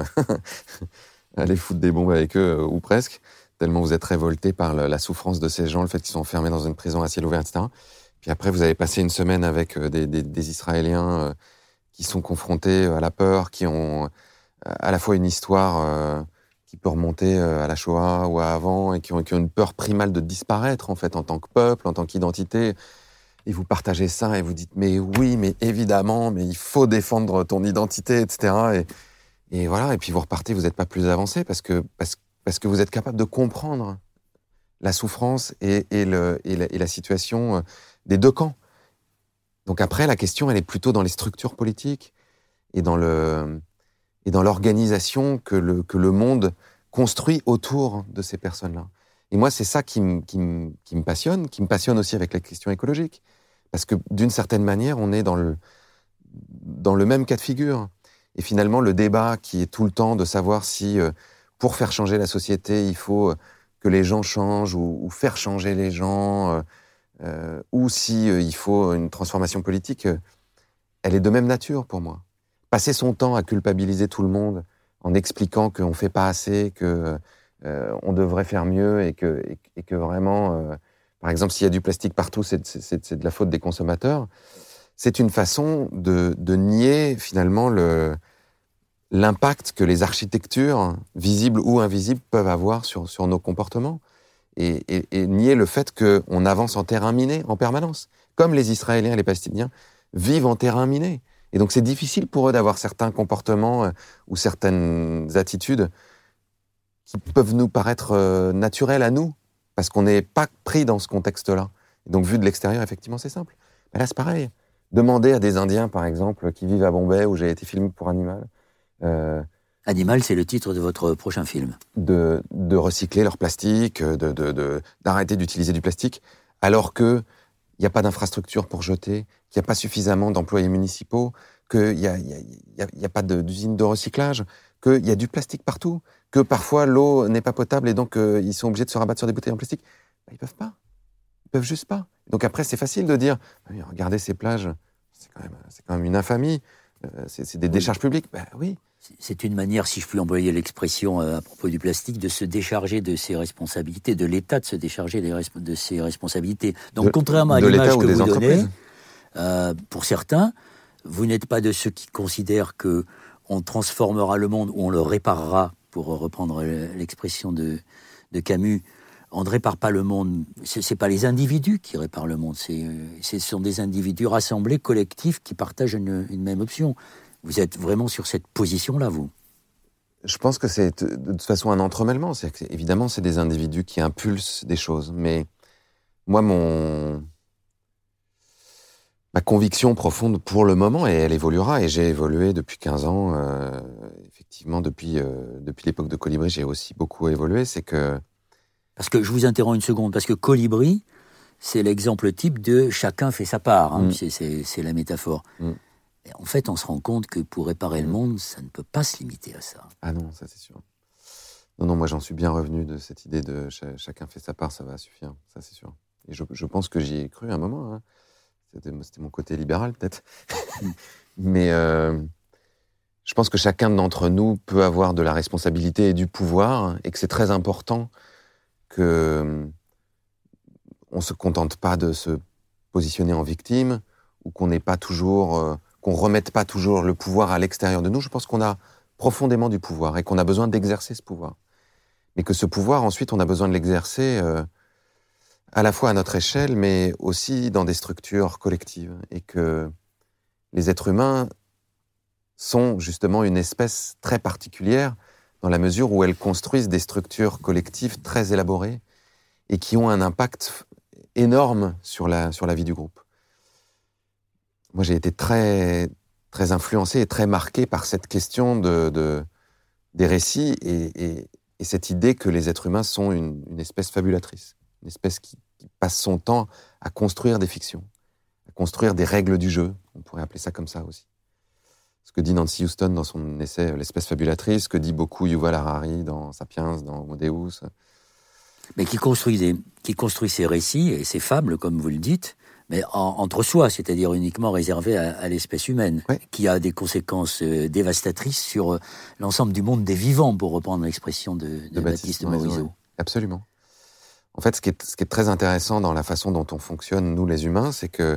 aller foutre des bombes avec eux, ou presque, tellement vous êtes révolté par la souffrance de ces gens, le fait qu'ils sont enfermés dans une prison à ciel ouvert, etc. Puis après, vous allez passer une semaine avec des Israéliens qui sont confrontés à la peur, qui ont à la fois une histoire qui peut remonter à la Shoah ou à avant, et qui ont une peur primale de disparaître, en fait, en tant que peuple, en tant qu'identité. Et vous partagez ça et vous dites « Mais oui, mais évidemment, mais il faut défendre ton identité, etc. » Et voilà, et puis vous repartez, vous n'êtes pas plus avancé parce que vous êtes capable de comprendre la souffrance et la situation des deux camps. Donc après, la question, elle est plutôt dans les structures politiques et dans l'organisation que le monde construit autour de ces personnes-là. Et moi, c'est ça qui me passionne aussi avec la question écologique. Parce que d'une certaine manière, on est dans le même cas de figure. Et finalement, le débat qui est tout le temps de savoir si, pour faire changer la société, il faut que les gens changent ou faire changer les gens, ou si il faut une transformation politique, elle est de même nature pour moi. Passer son temps à culpabiliser tout le monde en expliquant qu'on ne fait pas assez, on devrait faire mieux et que vraiment, par exemple, s'il y a du plastique partout, c'est de la faute des consommateurs, c'est une façon de nier finalement l'impact que les architectures, visibles ou invisibles, peuvent avoir sur nos comportements et nier le fait qu'on avance en terrain miné en permanence, comme les Israéliens et les Palestiniens vivent en terrain miné. Et donc c'est difficile pour eux d'avoir certains comportements ou certaines attitudes qui peuvent nous paraître naturelles à nous, parce qu'on n'est pas pris dans ce contexte-là. Et donc vu de l'extérieur, effectivement, c'est simple. Mais là, c'est pareil. Demandez à des Indiens, par exemple, qui vivent à Bombay, où j'ai été filmé pour Animal. Animal, c'est le titre de votre prochain film. De recycler leur plastique, d'arrêter d'utiliser du plastique, alors que il n'y a pas d'infrastructure pour jeter, qu'il n'y a pas suffisamment d'employés municipaux, qu'il n'y a pas d'usine de recyclage, qu'il y a du plastique partout, que parfois l'eau n'est pas potable et donc ils sont obligés de se rabattre sur des bouteilles en plastique. Ils peuvent pas. Ils peuvent juste pas. Donc après, c'est facile de dire regardez ces plages, c'est quand même une infamie, c'est des décharges publiques. Ben oui. C'est une manière, si je puis employer l'expression à propos du plastique, de se décharger de ses responsabilités, de l'État de se décharger de ses responsabilités. Donc, contrairement à l'image que vous donnez, pour certains, vous n'êtes pas de ceux qui considèrent qu'on transformera le monde, ou on le réparera, pour reprendre l'expression de Camus. On ne répare pas le monde. C'est pas les individus qui réparent le monde. Ce sont des individus rassemblés, collectifs, qui partagent une même option. Vous êtes vraiment sur cette position-là, vous? Je pense que c'est de toute façon un entremêlement. Évidemment, c'est des individus qui impulsent des choses. Mais moi, ma conviction profonde pour le moment, et elle évoluera, et j'ai évolué depuis 15 ans, effectivement, depuis l'époque de Colibri, j'ai aussi beaucoup évolué, c'est que... Parce que je vous interromps une seconde, parce que Colibri, c'est l'exemple type de chacun fait sa part, hein, c'est la métaphore. Et en fait, on se rend compte que pour réparer le monde, ça ne peut pas se limiter à ça. Ah non, ça c'est sûr. Non, moi j'en suis bien revenu de cette idée de chacun fait sa part, ça va suffire, ça c'est sûr. Et je pense que j'y ai cru un moment, hein. C'était mon côté libéral peut-être. Mais je pense que chacun d'entre nous peut avoir de la responsabilité et du pouvoir, et que c'est très important que on se contente pas de se positionné en victime, ou qu'on n'est pas toujours, qu'on remette pas toujours le pouvoir à l'extérieur de nous. Je pense qu'on a profondément du pouvoir et qu'on a besoin d'exercer ce pouvoir. Mais que ce pouvoir, ensuite, on a besoin de l'exercer à la fois à notre échelle, mais aussi dans des structures collectives. Et que les êtres humains sont justement une espèce très particulière dans la mesure où elles construisent des structures collectives très élaborées et qui ont un impact énorme sur la vie du groupe. Moi, j'ai été très, très influencé et très marqué par cette question des récits et cette idée que les êtres humains sont une espèce fabulatrice, une espèce qui passe son temps à construire des fictions, à construire des règles du jeu, on pourrait appeler ça comme ça aussi. Ce que dit Nancy Houston dans son essai « L'espèce fabulatrice », ce que dit beaucoup Yuval Harari dans « Sapiens », dans « Homo Deus ». Mais qui construit ces récits et ces fables, comme vous le dites, mais entre soi, c'est-à-dire uniquement réservé à l'espèce humaine, ouais. Qui a des conséquences dévastatrices sur l'ensemble du monde des vivants, pour reprendre l'expression de Baptiste Morisot. Ouais. Absolument. En fait, ce qui est très intéressant dans la façon dont on fonctionne, nous les humains, c'est que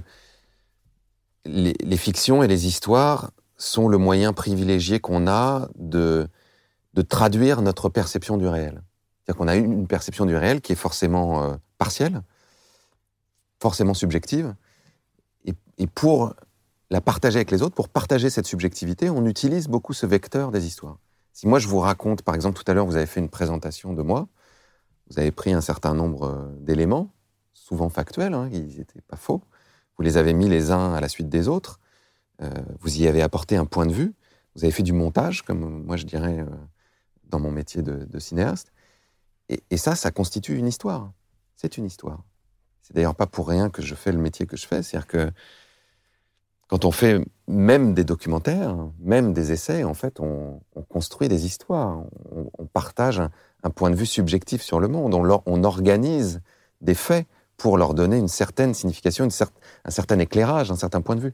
les fictions et les histoires sont le moyen privilégié qu'on a de traduire notre perception du réel. C'est-à-dire qu'on a une perception du réel qui est forcément partielle, forcément subjective, et pour la partager avec les autres, pour partager cette subjectivité, on utilise beaucoup ce vecteur des histoires. Si moi je vous raconte, par exemple, tout à l'heure, vous avez fait une présentation de moi, vous avez pris un certain nombre d'éléments, souvent factuels, ils n'étaient pas faux, vous les avez mis les uns à la suite des autres, vous y avez apporté un point de vue, vous avez fait du montage, comme moi je dirais dans mon métier de cinéaste, et ça constitue une histoire. C'est une histoire. C'est d'ailleurs pas pour rien que je fais le métier que je fais, c'est-à-dire que quand on fait même des documentaires, même des essais, en fait, on construit des histoires, on partage un point de vue subjectif sur le monde, on organise des faits pour leur donner une certaine signification, un certain éclairage, un certain point de vue.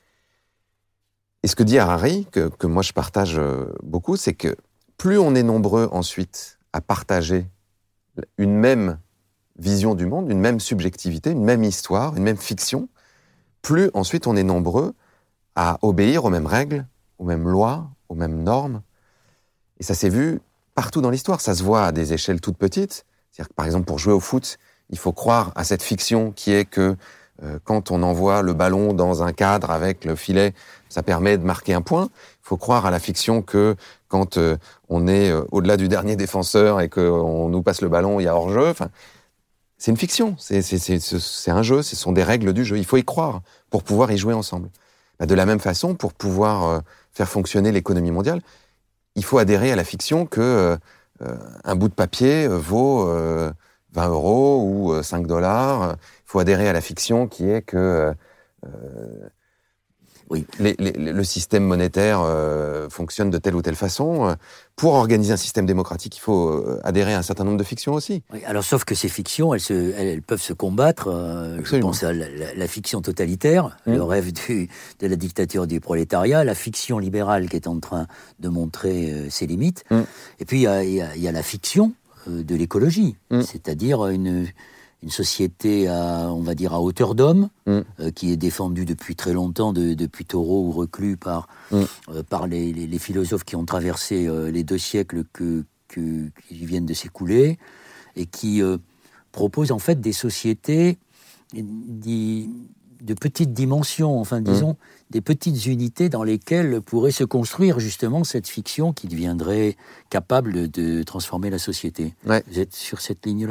Et ce que dit Harari, que moi je partage beaucoup, c'est que plus on est nombreux ensuite à partager une même vision du monde, une même subjectivité, une même histoire, une même fiction, plus ensuite on est nombreux à obéir aux mêmes règles, aux mêmes lois, aux mêmes normes. Et ça s'est vu partout dans l'histoire. Ça se voit à des échelles toutes petites. C'est-à-dire que, par exemple, pour jouer au foot, il faut croire à cette fiction qui est que quand on envoie le ballon dans un cadre avec le filet, ça permet de marquer un point. Il faut croire à la fiction que quand on est au-delà du dernier défenseur et qu'on nous passe le ballon, il y a hors-jeu. Enfin, c'est une fiction, c'est un jeu, ce sont des règles du jeu. Il faut y croire pour pouvoir y jouer ensemble. De la même façon, pour pouvoir faire fonctionner l'économie mondiale, il faut adhérer à la fiction que un bout de papier vaut 20 € ou $5. Il faut adhérer à la fiction qui est que oui, le système monétaire fonctionne de telle ou telle façon. Pour organiser un système démocratique, il faut adhérer à un certain nombre de fictions aussi. Oui, alors, sauf que ces fictions, elles peuvent se combattre. Je pense à la fiction totalitaire, le rêve de la dictature du prolétariat, la fiction libérale qui est en train de montrer ses limites. Et puis, il y a la fiction de l'écologie, c'est-à-dire une société on va dire à hauteur d'homme, qui est défendue depuis très longtemps, depuis Thoreau ou Reclus par les philosophes qui ont traversé les 2 siècles qui viennent de s'écouler, et qui propose en fait des sociétés de petite dimension, enfin disons des petites unités dans lesquelles pourrait se construire justement cette fiction qui deviendrait capable de transformer la société. Ouais. Vous êtes sur cette ligne-là ?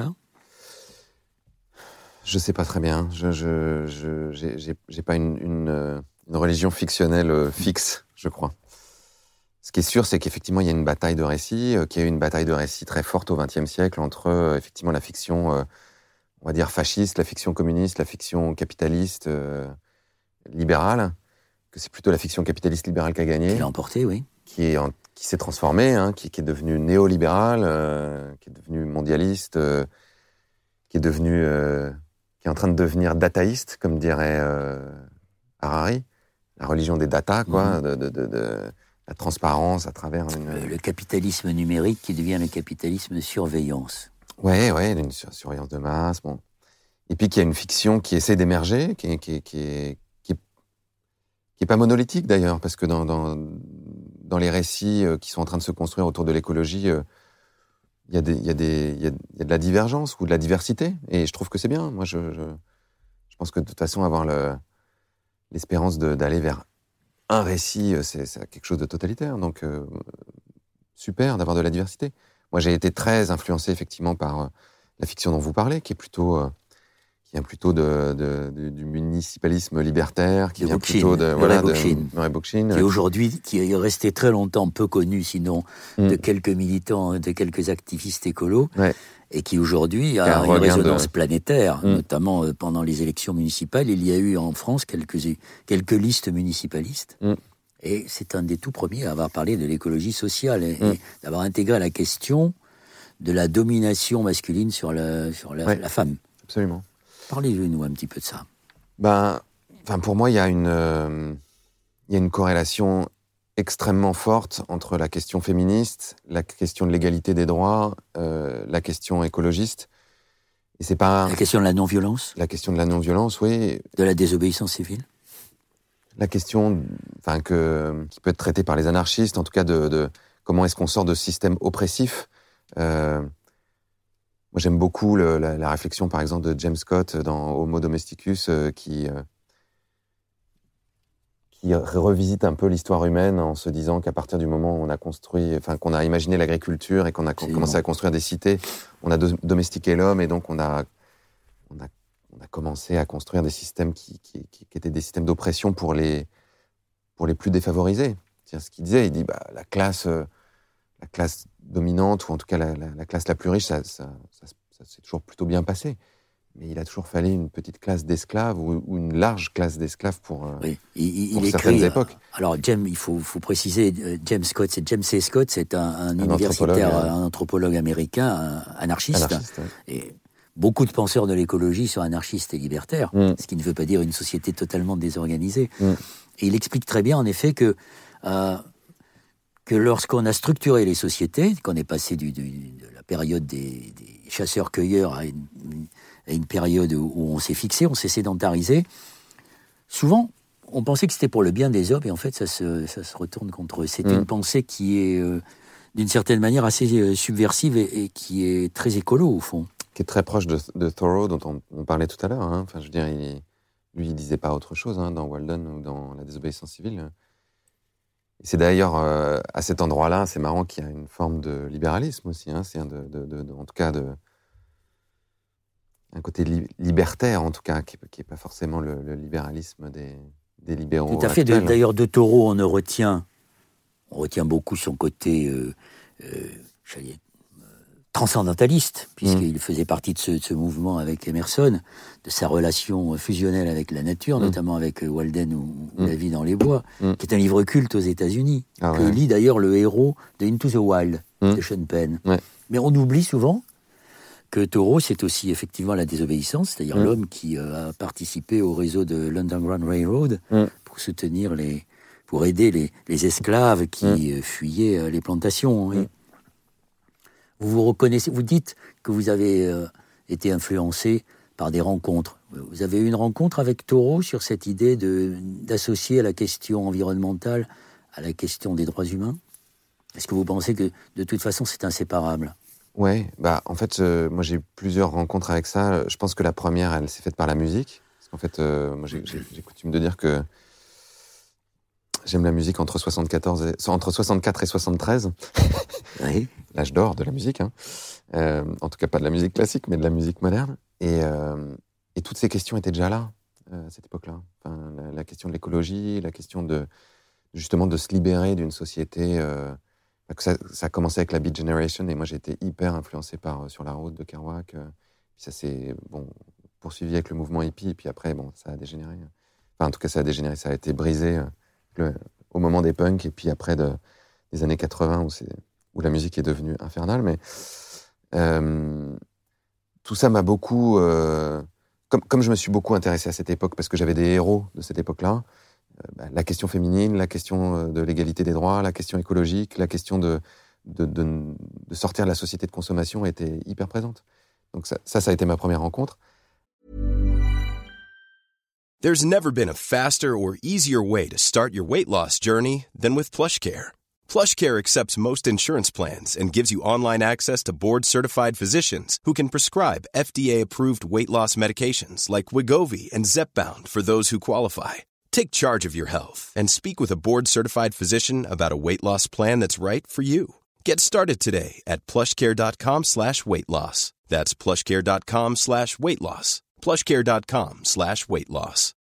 Je sais pas très bien. J'ai pas une religion fictionnelle fixe, je crois. Ce qui est sûr, c'est qu'effectivement, il y a une bataille de récits, qu'il y a eu une bataille de récits très forte au XXe siècle entre effectivement la fiction, on va dire fasciste, la fiction communiste, la fiction capitaliste, libérale, que c'est plutôt la fiction capitaliste libérale qui a gagné. Qui l'a emporté, oui. Qui s'est transformée, qui est devenue néolibérale, qui est devenue mondialiste, qui est en train de devenir dataïste, comme dirait Harari, la religion des data, quoi, de la transparence à travers le capitalisme numérique qui devient le capitalisme de surveillance. Ouais, une surveillance de masse. Bon, Et puis qu'il y a une fiction qui essaie d'émerger, qui est pas monolithique d'ailleurs, parce que dans les récits qui sont en train de se construire autour de l'écologie, il y a de la divergence ou de la diversité, et je trouve que c'est bien. Moi, je pense que de toute façon, avoir l'espérance d'aller vers un récit, c'est quelque chose de totalitaire. Donc, super d'avoir de la diversité. Moi, j'ai été très influencé effectivement par la fiction dont vous parlez, qui vient plutôt du municipalisme libertaire, qui vient plutôt de Murray Bookchin, qui est resté très longtemps peu connu, sinon de quelques militants, de quelques activistes écolos, et qui aujourd'hui a une résonance planétaire, notamment pendant les élections municipales. Il y a eu en France quelques listes municipalistes. Et c'est un des tout premiers à avoir parlé de l'écologie sociale et d'avoir intégré la question de la domination masculine sur la femme. Absolument. Parlez-nous un petit peu de ça. Pour moi, il y a une corrélation extrêmement forte entre la question féministe, la question de l'égalité des droits, la question écologiste. Et c'est pas la question de la non-violence. La question de la non-violence, oui. De la désobéissance civile. La question, qui peut être traitée par les anarchistes, en tout cas de comment est-ce qu'on sort de ce système oppressif. Moi, j'aime beaucoup la réflexion, par exemple, de James Scott dans Homo Domesticus, qui revisite un peu l'histoire humaine en se disant qu'à partir du moment où on a qu'on a imaginé l'agriculture et qu'on a commencé à construire des cités, on a domestiqué l'homme, et donc on a commencé à construire des systèmes qui étaient des systèmes d'oppression pour les plus défavorisés. C'est-à-dire ce qu'il disait, il dit la classe dominante, ou en tout cas la classe la plus riche, ça s'est toujours plutôt bien passé. Mais il a toujours fallu une petite classe d'esclaves ou une large classe d'esclaves pour certaines époques. Alors, il faut préciser, James Scott, c'est James C. Scott, c'est un universitaire, un anthropologue américain, un anarchiste. Et beaucoup de penseurs de l'écologie sont anarchistes et libertaires, ce qui ne veut pas dire une société totalement désorganisée. Et il explique très bien, en effet, que lorsqu'on a structuré les sociétés, qu'on est passé de la période des chasseurs-cueilleurs à une période où on s'est fixé, on s'est sédentarisé, souvent, on pensait que c'était pour le bien des hommes, et en fait, ça se retourne contre eux. C'est une pensée qui est, d'une certaine manière, assez subversive et qui est très écolo, au fond. Qui est très proche de Thoreau, dont on parlait tout à l'heure. Hein. Enfin, je veux dire, il disait pas autre chose dans Walden ou dans La désobéissance civile. Et c'est d'ailleurs à cet endroit-là, c'est marrant qu'il y a une forme de libéralisme aussi. Hein. C'est en tout cas un côté libertaire, en tout cas, qui est pas forcément le libéralisme des libéraux. Tout à fait. D'ailleurs, de Thoreau, on retient beaucoup son côté transcendentaliste, puisqu'il faisait partie de ce mouvement avec Emerson, de sa relation fusionnelle avec la nature, notamment avec Walden ou La vie dans les bois, qui est un livre culte aux États-Unis, que lit d'ailleurs le héros de Into the Wild, de Sean Penn. Mais on oublie souvent que Thoreau, c'est aussi effectivement la désobéissance, c'est-à-dire l'homme qui a participé au réseau de l'Underground Railroad pour aider les esclaves qui fuyaient les plantations. Vous reconnaissez, vous dites que vous avez été influencé par des rencontres. Vous avez eu une rencontre avec Thoreau sur cette idée d'associer la question environnementale à la question des droits humains ? Est-ce que vous pensez que de toute façon c'est inséparable ? Ouais, en fait, moi j'ai eu plusieurs rencontres avec ça. Je pense que la première, elle s'est faite par la musique. Parce qu'en fait, moi j'ai coutume de dire que j'aime la musique entre 64 et 73. Oui. L'âge d'or de la musique. Hein. En tout cas, pas de la musique classique, mais de la musique moderne. Et toutes ces questions étaient déjà là, à cette époque-là. Enfin, la question de l'écologie, la question justement de se libérer d'une société... ça a commencé avec la Beat Generation, et moi j'ai été hyper influencé par Sur la route de Kerouac. Puis ça s'est poursuivi avec le mouvement hippie, et puis après, ça a dégénéré. Enfin, en tout cas, ça a dégénéré, ça a été brisé au moment des punks, et puis après des années 80, où la musique est devenue infernale. Mais tout ça m'a beaucoup... Comme je me suis beaucoup intéressé à cette époque, parce que j'avais des héros de cette époque-là, la question féminine, la question de l'égalité des droits, la question écologique, la question de sortir de la société de consommation était hyper présente. Donc ça a été ma première rencontre. There's never been a faster or easier way to start your weight loss journey than with PlushCare. PlushCare accepts most insurance plans and gives you online access to board-certified physicians who can prescribe FDA-approved weight loss medications like Wegovy and Zepbound for those who qualify. Take charge of your health and speak with a board-certified physician about a weight loss plan that's right for you. Get started today at plushcare.com/weightloss. That's plushcare.com/weightloss. plushcare.com/weightloss.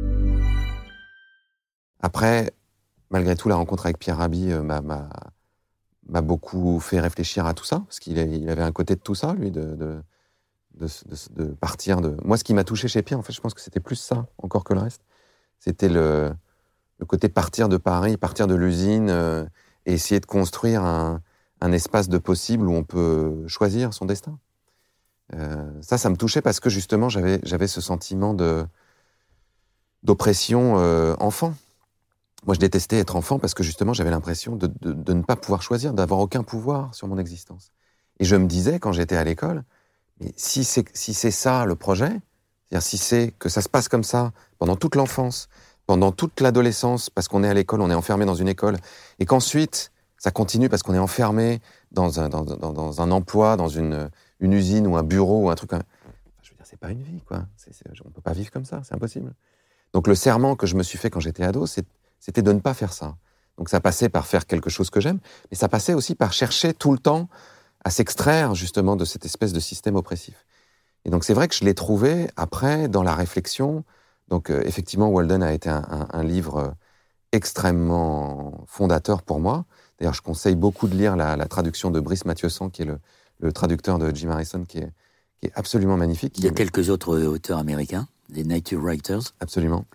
Après, malgré tout, la rencontre avec Pierre Rabhi m'a beaucoup fait réfléchir à tout ça, parce qu'il avait un côté de tout ça, lui, de partir de... Moi, ce qui m'a touché chez Pierre, en fait, je pense que c'était plus ça, encore que le reste. C'était le côté partir de Paris, partir de l'usine, et essayer de construire un espace de possible où on peut choisir son destin. Ça me touchait parce que justement j'avais ce sentiment d'oppression enfant. Moi je détestais être enfant parce que justement j'avais l'impression de ne pas pouvoir choisir, d'avoir aucun pouvoir sur mon existence. Et je me disais quand j'étais à l'école, mais si c'est ça le projet, c'est-à-dire si c'est que ça se passe comme ça pendant toute l'enfance, pendant toute l'adolescence, parce qu'on est à l'école, on est enfermé dans une école, et qu'ensuite ça continue parce qu'on est enfermé dans un emploi, dans une usine ou un bureau ou un truc. Je veux dire, c'est pas une vie, quoi. On peut pas vivre comme ça, c'est impossible. Donc le serment que je me suis fait quand j'étais ado, c'était de ne pas faire ça. Donc ça passait par faire quelque chose que j'aime, mais ça passait aussi par chercher tout le temps à s'extraire justement de cette espèce de système oppressif. Et donc c'est vrai que je l'ai trouvé après dans la réflexion. Donc effectivement, Walden a été un livre extrêmement fondateur pour moi. D'ailleurs, je conseille beaucoup de lire la traduction de Brice Mathieusan, qui est le traducteur de Jim Harrison, qui est absolument magnifique. Il y a quelques autres auteurs américains, des native writers. Absolument.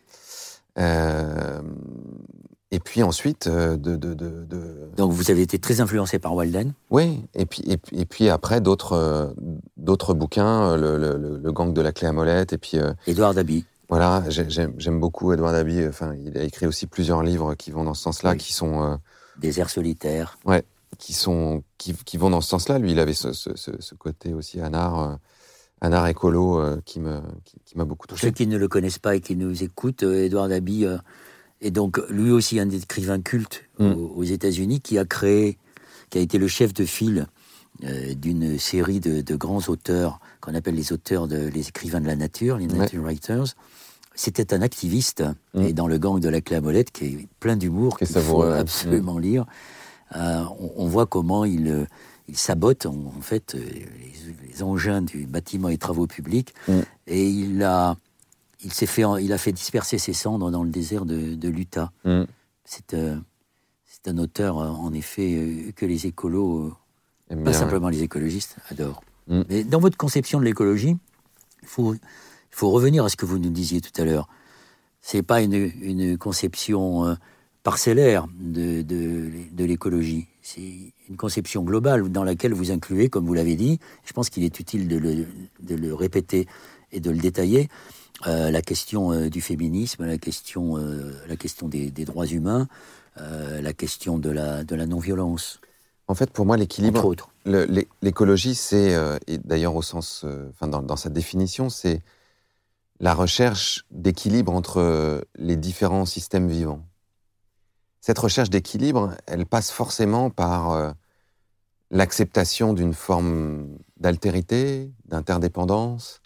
Et puis ensuite, Donc vous avez été très influencé par Walden. Oui, et puis après d'autres bouquins, le gang de la clé à molette, et puis Edward Abbey. Voilà, j'aime beaucoup Edward Abbey. Enfin, il a écrit aussi plusieurs livres qui vont dans ce sens-là, oui. Qui sont Désert solitaire. Ouais, qui vont dans ce sens-là. Lui, il avait ce côté aussi anard écolo qui m'a beaucoup touché. Pour ceux qui ne le connaissent pas et qui nous écoutent, Edward Abbey est donc lui aussi un écrivain culte aux États-Unis qui a été le chef de file d'une série de grands auteurs qu'on appelle les écrivains de la nature, les nature writers. C'était un activiste et dans le gang de la clé à molette qui est plein d'humour, qu'il faut absolument lire. On voit comment il sabote en fait les engins du bâtiment et travaux publics et il a fait disperser ses cendres dans le désert de l'Utah. C'est un auteur en effet que les écolos, pas simplement les écologistes, adorent. Mais dans votre conception de l'écologie, il faut revenir à ce que vous nous disiez tout à l'heure. C'est pas une conception parcellaire de l'écologie. C'est une conception globale dans laquelle vous incluez, comme vous l'avez dit, je pense qu'il est utile de le répéter et de le détailler, la question du féminisme, la question des droits humains, la question de la non-violence. En fait, pour moi, l'équilibre, entre autres. L'écologie, c'est, et d'ailleurs au sens, dans sa définition, c'est la recherche d'équilibre entre les différents systèmes vivants. Cette recherche d'équilibre, elle passe forcément par l'acceptation d'une forme d'altérité, d'interdépendance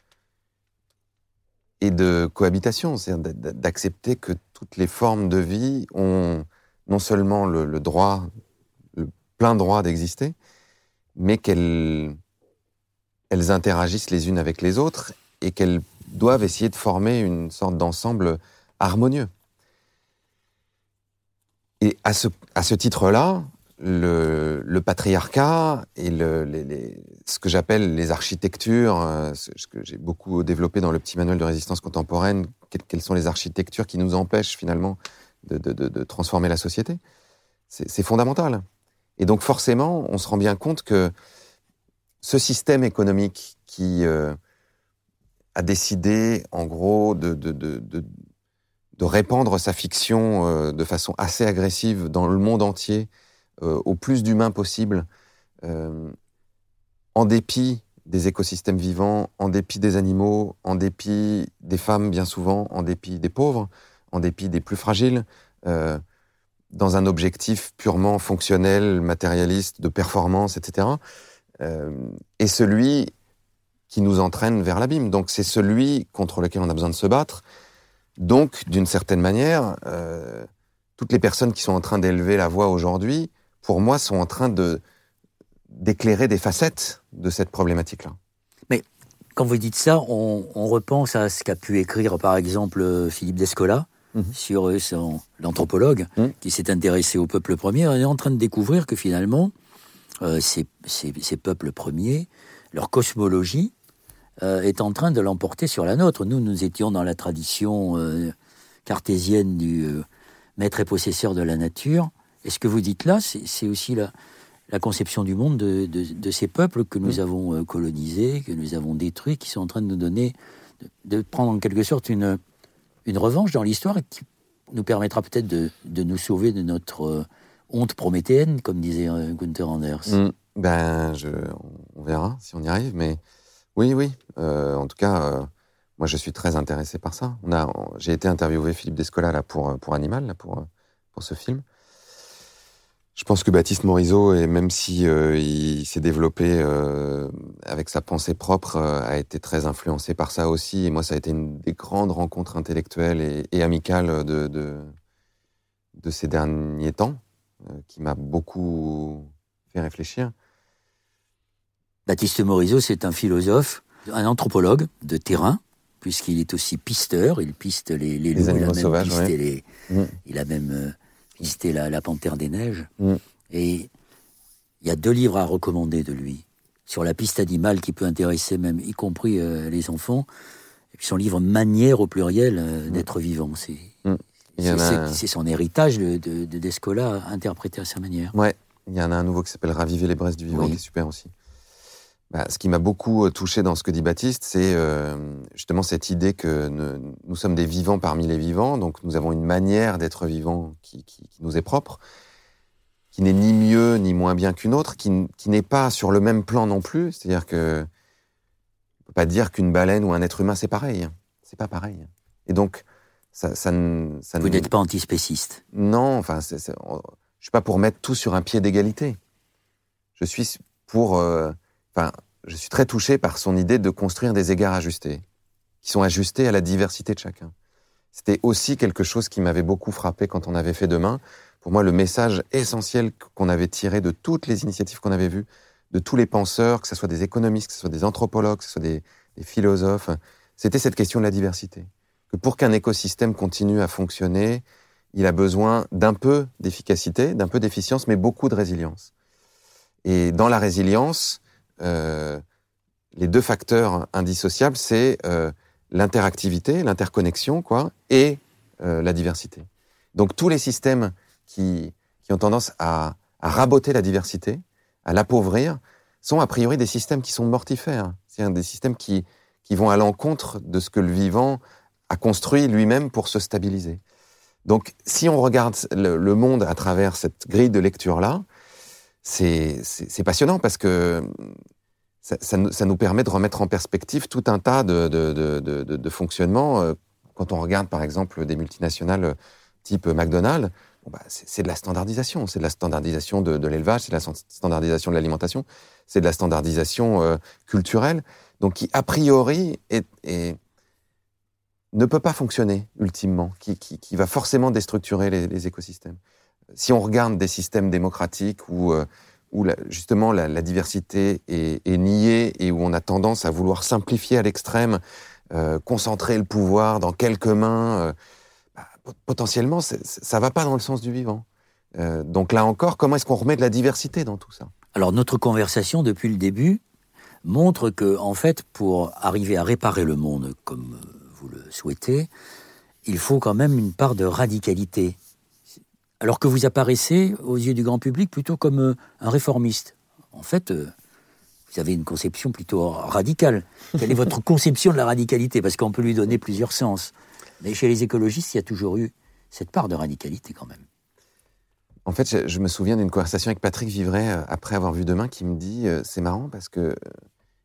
et de cohabitation, c'est-à-dire d'accepter que toutes les formes de vie ont non seulement le droit, le plein droit d'exister, mais qu'elles interagissent les unes avec les autres et qu'elles doivent essayer de former une sorte d'ensemble harmonieux. Et à ce titre-là, le patriarcat et ce que j'appelle les architectures, ce que j'ai beaucoup développé dans le petit manuel de résistance contemporaine, quelles sont les architectures qui nous empêchent finalement de transformer la société, c'est fondamental. Et donc forcément, on se rend bien compte que ce système économique qui a décidé, en gros, de répandre sa fiction de façon assez agressive dans le monde entier, au plus d'humains possible, en dépit des écosystèmes vivants, en dépit des animaux, en dépit des femmes bien souvent, en dépit des pauvres, en dépit des plus fragiles, dans un objectif purement fonctionnel, matérialiste, de performance, etc., est celui qui nous entraîne vers l'abîme. Donc c'est celui contre lequel on a besoin de se battre. Donc, d'une certaine manière, toutes les personnes qui sont en train d'élever la voix aujourd'hui, pour moi, sont en train d'éclairer des facettes de cette problématique-là. Mais quand vous dites ça, on repense à ce qu'a pu écrire, par exemple, Philippe Descola, sur l'anthropologue, qui s'est intéressé au peuple premier. On est en train de découvrir que finalement, ces peuples premiers, leur cosmologie, est en train de l'emporter sur la nôtre. Nous étions dans la tradition cartésienne du maître et possesseur de la nature. Et ce que vous dites là, c'est aussi la conception du monde de ces peuples que nous avons colonisés, que nous avons détruits, qui sont en train de nous donner, de prendre en quelque sorte une revanche dans l'histoire qui nous permettra peut-être de nous sauver de notre honte prométhéenne, comme disait Günther Anders. On verra si on y arrive, mais oui. En tout cas, moi je suis très intéressé par ça. J'ai été interviewé Philippe Descola là, pour Animal, là, pour ce film. Je pense que Baptiste Morisot, et même si il s'est développé avec sa pensée propre, a été très influencé par ça aussi. Et moi, ça a été une des grandes rencontres intellectuelles et amicales de ces derniers temps, qui m'a beaucoup fait réfléchir. Baptiste Morisot, c'est un philosophe, un anthropologue de terrain, puisqu'il est aussi pisteur. Il piste les loups, animaux sauvages. Il a même pisté la panthère des neiges. Et il y a 2 livres à recommander de lui, sur la piste animale qui peut intéresser même, y compris les enfants. Et puis son livre Manière au pluriel d'être vivant. C'est son héritage de Descola interprété à sa manière. Ouais, il y en a un nouveau qui s'appelle Raviver les braises du vivant, qui est super aussi. Ce qui m'a beaucoup touché dans ce que dit Baptiste, c'est justement cette idée que nous sommes des vivants parmi les vivants, donc nous avons une manière d'être vivants qui nous est propre, qui n'est ni mieux ni moins bien qu'une autre, qui n'est pas sur le même plan non plus, c'est-à-dire que on peut pas dire qu'une baleine ou un être humain c'est pareil, c'est pas pareil. Et donc ça vous n'êtes pas antispéciste. Non, enfin je suis pas pour mettre tout sur un pied d'égalité. Je suis je suis très touché par son idée de construire des égards ajustés, qui sont ajustés à la diversité de chacun. C'était aussi quelque chose qui m'avait beaucoup frappé quand on avait fait Demain. Pour moi, le message essentiel qu'on avait tiré de toutes les initiatives qu'on avait vues, de tous les penseurs, que ce soit des économistes, que ce soit des anthropologues, que ce soit des philosophes, c'était cette question de la diversité. Que pour qu'un écosystème continue à fonctionner, il a besoin d'un peu d'efficacité, d'un peu d'efficience, mais beaucoup de résilience. Et dans la résilience, les 2 facteurs indissociables, c'est l'interactivité, l'interconnexion, et la diversité. Donc tous les systèmes qui ont tendance à raboter la diversité, à l'appauvrir, sont a priori des systèmes qui sont mortifères. C'est-à-dire des systèmes qui vont à l'encontre de ce que le vivant a construit lui-même pour se stabiliser. Donc si on regarde le monde à travers cette grille de lecture-là, c'est passionnant parce que ça nous permet de remettre en perspective tout un tas de fonctionnements. Quand on regarde, par exemple, des multinationales type McDonald's, c'est de la standardisation. C'est de la standardisation de l'élevage, c'est de la standardisation de l'alimentation, c'est de la standardisation culturelle, donc qui, a priori, ne peut pas fonctionner, ultimement, qui va forcément déstructurer les écosystèmes. Si on regarde des systèmes démocratiques où justement la diversité est niée et où on a tendance à vouloir simplifier à l'extrême, concentrer le pouvoir dans quelques mains, potentiellement, ça va pas dans le sens du vivant. Donc là encore, comment est-ce qu'on remet de la diversité dans tout ça ? Alors notre conversation, depuis le début, montre que, en fait, pour arriver à réparer le monde comme vous le souhaitez, il faut quand même une part de radicalité. Alors que vous apparaissez, aux yeux du grand public, plutôt comme un réformiste. En fait, vous avez une conception plutôt radicale. Quelle est votre conception de la radicalité ? Parce qu'on peut lui donner plusieurs sens. Mais chez les écologistes, il y a toujours eu cette part de radicalité quand même. En fait, je me souviens d'une conversation avec Patrick Vivray, après avoir vu Demain, qui me dit, c'est marrant parce que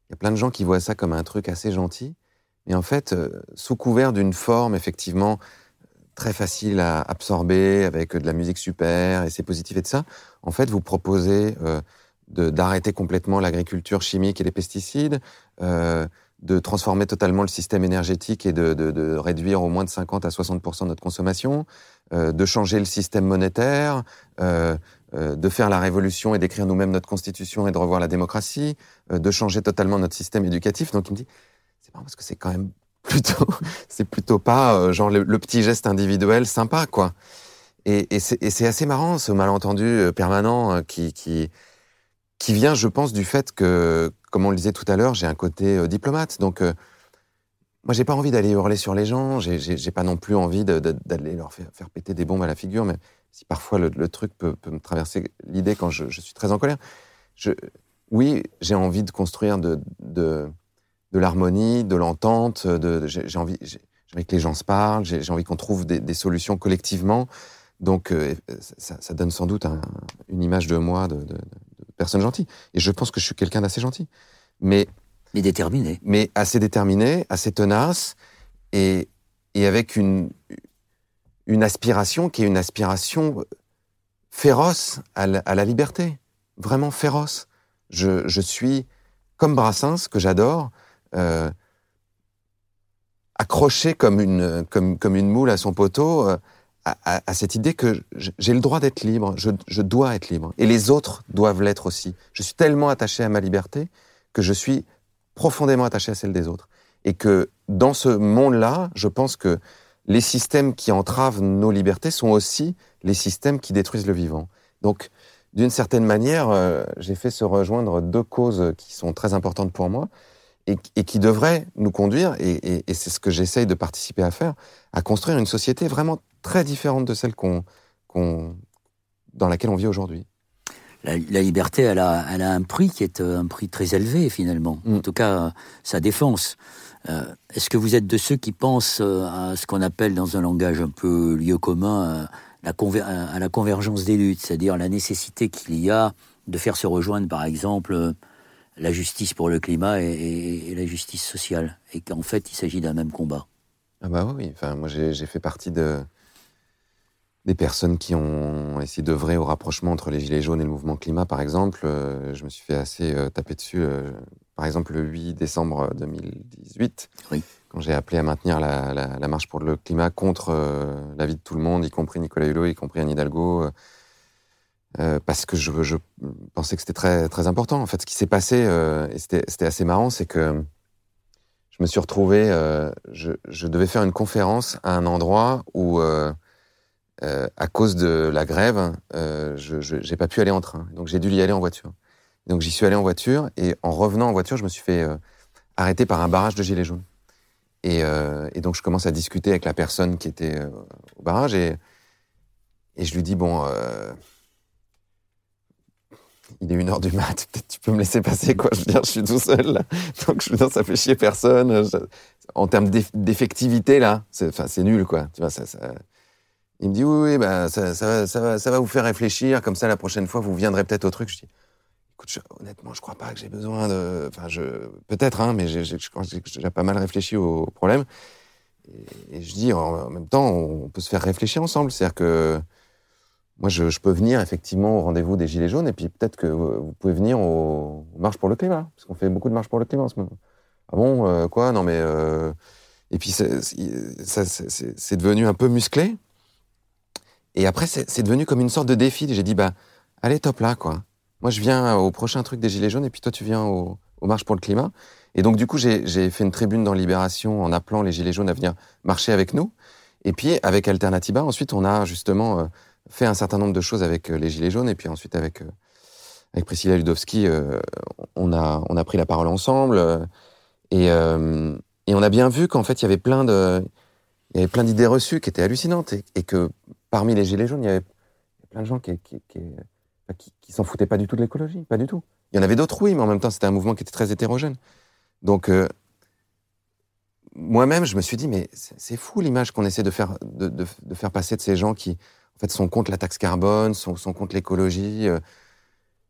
Il y a plein de gens qui voient ça comme un truc assez gentil. Mais en fait, sous couvert d'une forme, effectivement, très facile à absorber, avec de la musique super, et c'est positif et de ça, en fait, vous proposez d'arrêter complètement l'agriculture chimique et les pesticides, de transformer totalement le système énergétique et de réduire au moins de 50 à 60% notre consommation, de changer le système monétaire, de faire la révolution et d'écrire nous-mêmes notre constitution et de revoir la démocratie, de changer totalement notre système éducatif. Donc il me dit, c'est marrant parce que c'est quand même plutôt pas genre le petit geste individuel sympa, quoi. Et c'est assez marrant, ce malentendu permanent qui vient, je pense, du fait que, comme on le disait tout à l'heure, j'ai un côté diplomate. Donc, moi, j'ai pas envie d'aller hurler sur les gens. J'ai pas non plus envie d'aller leur faire péter des bombes à la figure. Mais si parfois le truc peut me traverser l'idée quand je suis très en colère. Oui, j'ai envie de construire de l'harmonie, de l'entente. J'ai envie que les gens se parlent. J'ai envie qu'on trouve des solutions collectivement. Donc, ça donne sans doute une image de moi de personne gentille. Et je pense que je suis quelqu'un d'assez gentil. Mais déterminé. Mais assez déterminé, assez tenace, et avec une aspiration qui est une aspiration féroce à la liberté. Vraiment féroce. Je suis, comme Brassens, que j'adore, accroché comme une moule à son poteau, à cette idée que j'ai le droit d'être libre, je dois être libre. Et les autres doivent l'être aussi. Je suis tellement attaché à ma liberté que je suis profondément attaché à celle des autres. Et que dans ce monde-là, je pense que les systèmes qui entravent nos libertés sont aussi les systèmes qui détruisent le vivant. Donc, d'une certaine manière, j'ai fait se rejoindre deux causes qui sont très importantes pour moi et qui devraient nous conduire, et c'est ce que j'essaye de participer à faire, à construire une société vraiment très différente de celle dans laquelle on vit aujourd'hui. La liberté, elle a un prix qui est un prix très élevé, finalement. En tout cas, sa défense. Est-ce que vous êtes de ceux qui pensent à ce qu'on appelle, dans un langage un peu lieu commun, à la convergence des luttes, c'est-à-dire la nécessité qu'il y a de faire se rejoindre, par exemple, la justice pour le climat et la justice sociale, et qu'en fait, il s'agit d'un même combat? Ah bah oui, enfin, moi j'ai fait partie des personnes qui ont essayé d'œuvrer au rapprochement entre les Gilets jaunes et le mouvement climat, par exemple. Je me suis fait assez taper dessus, par exemple, le 8 décembre 2018, oui, quand j'ai appelé à maintenir la marche pour le climat contre l'avis de tout le monde, y compris Nicolas Hulot, y compris Anne Hidalgo, parce que je pensais que c'était très, très important. En fait, ce qui s'est passé, et c'était assez marrant, c'est que je me suis retrouvé, je devais faire une conférence à un endroit où, à cause de la grève, j'ai pas pu aller en train. Donc j'ai dû y aller en voiture. Donc j'y suis allé en voiture, et en revenant en voiture, je me suis fait arrêter par un barrage de gilets jaunes. Et donc je commence à discuter avec la personne qui était au barrage, et je lui dis, bon, il est 1h du mat, peut-être tu peux me laisser passer, quoi. Je veux dire, je suis tout seul, là. Donc je veux dire, ça fait chier personne. En termes d'effectivité, là, c'est nul, quoi. Tu vois, il me dit, oui, bah, ça va vous faire réfléchir, comme ça, la prochaine fois, vous viendrez peut-être au truc. Je dis, écoute, honnêtement, je crois pas que j'ai besoin de... Enfin, peut-être, hein, mais je crois que j'ai déjà pas mal réfléchi au problème. Et je dis, en même temps, on peut se faire réfléchir ensemble. C'est-à-dire que moi, je peux venir, effectivement, au rendez-vous des Gilets jaunes, et puis peut-être que vous pouvez venir aux marches pour le climat, parce qu'on fait beaucoup de marches pour le climat en ce moment. Ah bon, quoi? Non, mais... Et puis, c'est devenu un peu musclé. Et après, c'est devenu comme une sorte de défi. J'ai dit, bah, allez, top là, quoi. Moi, je viens au prochain truc des Gilets jaunes, et puis toi, tu viens aux marches pour le climat. Et donc, du coup, j'ai fait une tribune dans Libération en appelant les Gilets jaunes à venir marcher avec nous. Et puis, avec Alternatiba, ensuite, on a justement fait un certain nombre de choses avec les Gilets jaunes. Et puis ensuite, avec Priscilla Ludowski, on a pris la parole ensemble. Et on a bien vu qu'en fait, il y avait plein d'idées reçues qui étaient hallucinantes. Et que parmi les Gilets jaunes, il y avait plein de gens qui s'en foutaient pas du tout de l'écologie, pas du tout. Il y en avait d'autres, oui, mais en même temps, c'était un mouvement qui était très hétérogène. Donc, moi-même, je me suis dit, mais c'est fou l'image qu'on essaie de faire passer de ces gens qui, en fait, sont contre la taxe carbone, sont contre l'écologie.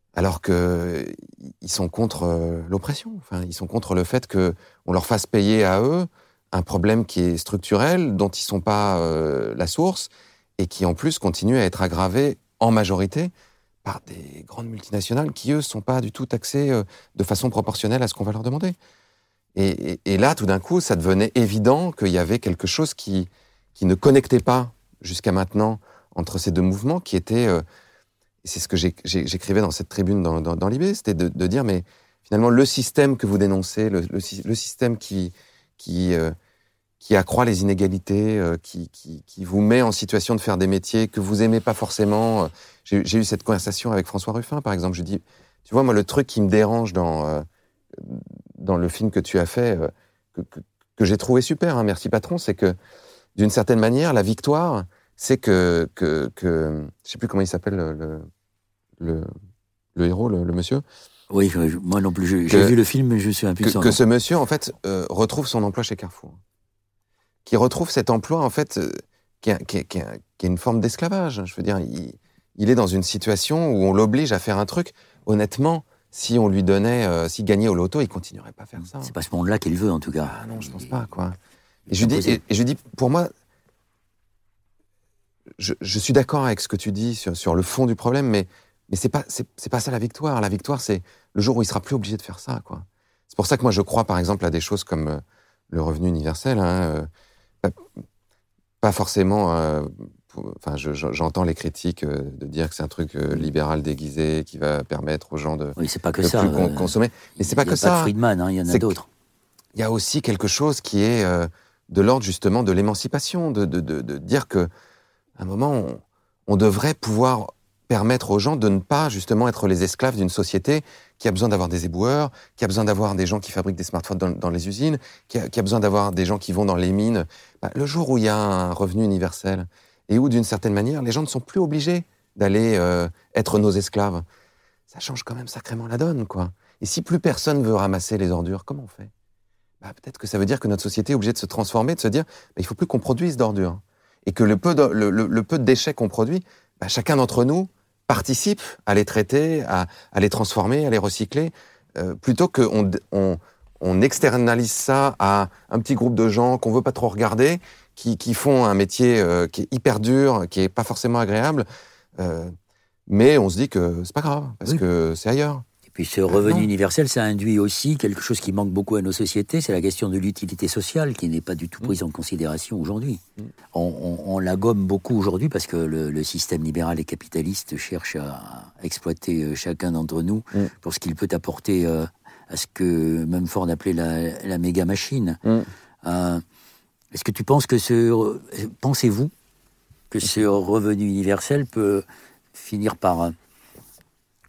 alors qu'ils sont contre l'oppression. Enfin, ils sont contre le fait qu'on leur fasse payer à eux un problème qui est structurel, dont ils ne sont pas la source, et qui en plus continue à être aggravé en majorité par des grandes multinationales qui, eux, ne sont pas du tout taxées de façon proportionnelle à ce qu'on va leur demander. Et là, tout d'un coup, ça devenait évident qu'il y avait quelque chose qui ne connectait pas jusqu'à maintenant entre ces deux mouvements, qui était, c'est ce que j'écrivais dans cette tribune dans Libé, c'était de dire, mais finalement, le système que vous dénoncez, le système qui accroît les inégalités, qui vous met en situation de faire des métiers que vous aimez pas forcément. J'ai eu cette conversation avec François Ruffin, par exemple. Je dis, tu vois, moi, le truc qui me dérange dans le film que tu as fait, que j'ai trouvé super, hein, merci patron, c'est que, d'une certaine manière, la victoire, c'est que je sais plus comment il s'appelle, le héros, le monsieur. Oui, moi non plus, j'ai vu le film, mais je suis impuissant. Que ce monsieur, en fait, retrouve son emploi chez Carrefour. Qui retrouve cet emploi, en fait, qui est une forme d'esclavage. Je veux dire, il est dans une situation où on l'oblige à faire un truc. Honnêtement, si on lui donnait, s'il gagnait au loto, il continuerait pas à faire ça. C'est pas ce monde-là qu'il veut, en tout cas. Ah non, je pense pas, quoi. Et je dis, pour moi, je suis d'accord avec ce que tu dis sur le fond du problème, mais c'est pas ça la victoire. La victoire, c'est le jour où il sera plus obligé de faire ça, quoi. C'est pour ça que moi, je crois, par exemple, à des choses comme le revenu universel, hein, pas forcément. Enfin, j'entends les critiques de dire que c'est un truc libéral déguisé qui va permettre aux gens de c'est pas que de ça, plus consommer. Mais c'est pas que ça. Il y a pas de Friedman, hein, il y en a d'autres. Il y a aussi quelque chose qui est de l'ordre justement de l'émancipation, de dire que à un moment on devrait pouvoir permettre aux gens de ne pas justement être les esclaves d'une société qui a besoin d'avoir des éboueurs, qui a besoin d'avoir des gens qui fabriquent des smartphones dans les usines, qui a besoin d'avoir des gens qui vont dans les mines. Le jour où il y a un revenu universel et où, d'une certaine manière, les gens ne sont plus obligés d'aller être nos esclaves, ça change quand même sacrément la donne, quoi. Et si plus personne veut ramasser les ordures, comment on fait ? Peut-être que ça veut dire que notre société est obligée de se transformer, de se dire il faut plus qu'on produise d'ordures. Et que le peu de déchets qu'on produit, chacun d'entre nous participe à les traiter, à les transformer, à les recycler, plutôt qu'on externalise ça à un petit groupe de gens qu'on veut pas trop regarder, qui font un métier qui est hyper dur, qui est pas forcément agréable, mais on se dit que c'est pas grave, parce que c'est ailleurs. Et puis ce revenu universel, ça induit aussi quelque chose qui manque beaucoup à nos sociétés, c'est la question de l'utilité sociale, qui n'est pas du tout prise en considération aujourd'hui. On la gomme beaucoup aujourd'hui parce que le système libéral et capitaliste cherche à exploiter chacun d'entre nous pour ce qu'il peut apporter à ce que même Ford appelait la méga machine. Est-ce que tu penses que pensez-vous que ce revenu universel peut finir par aboutir ?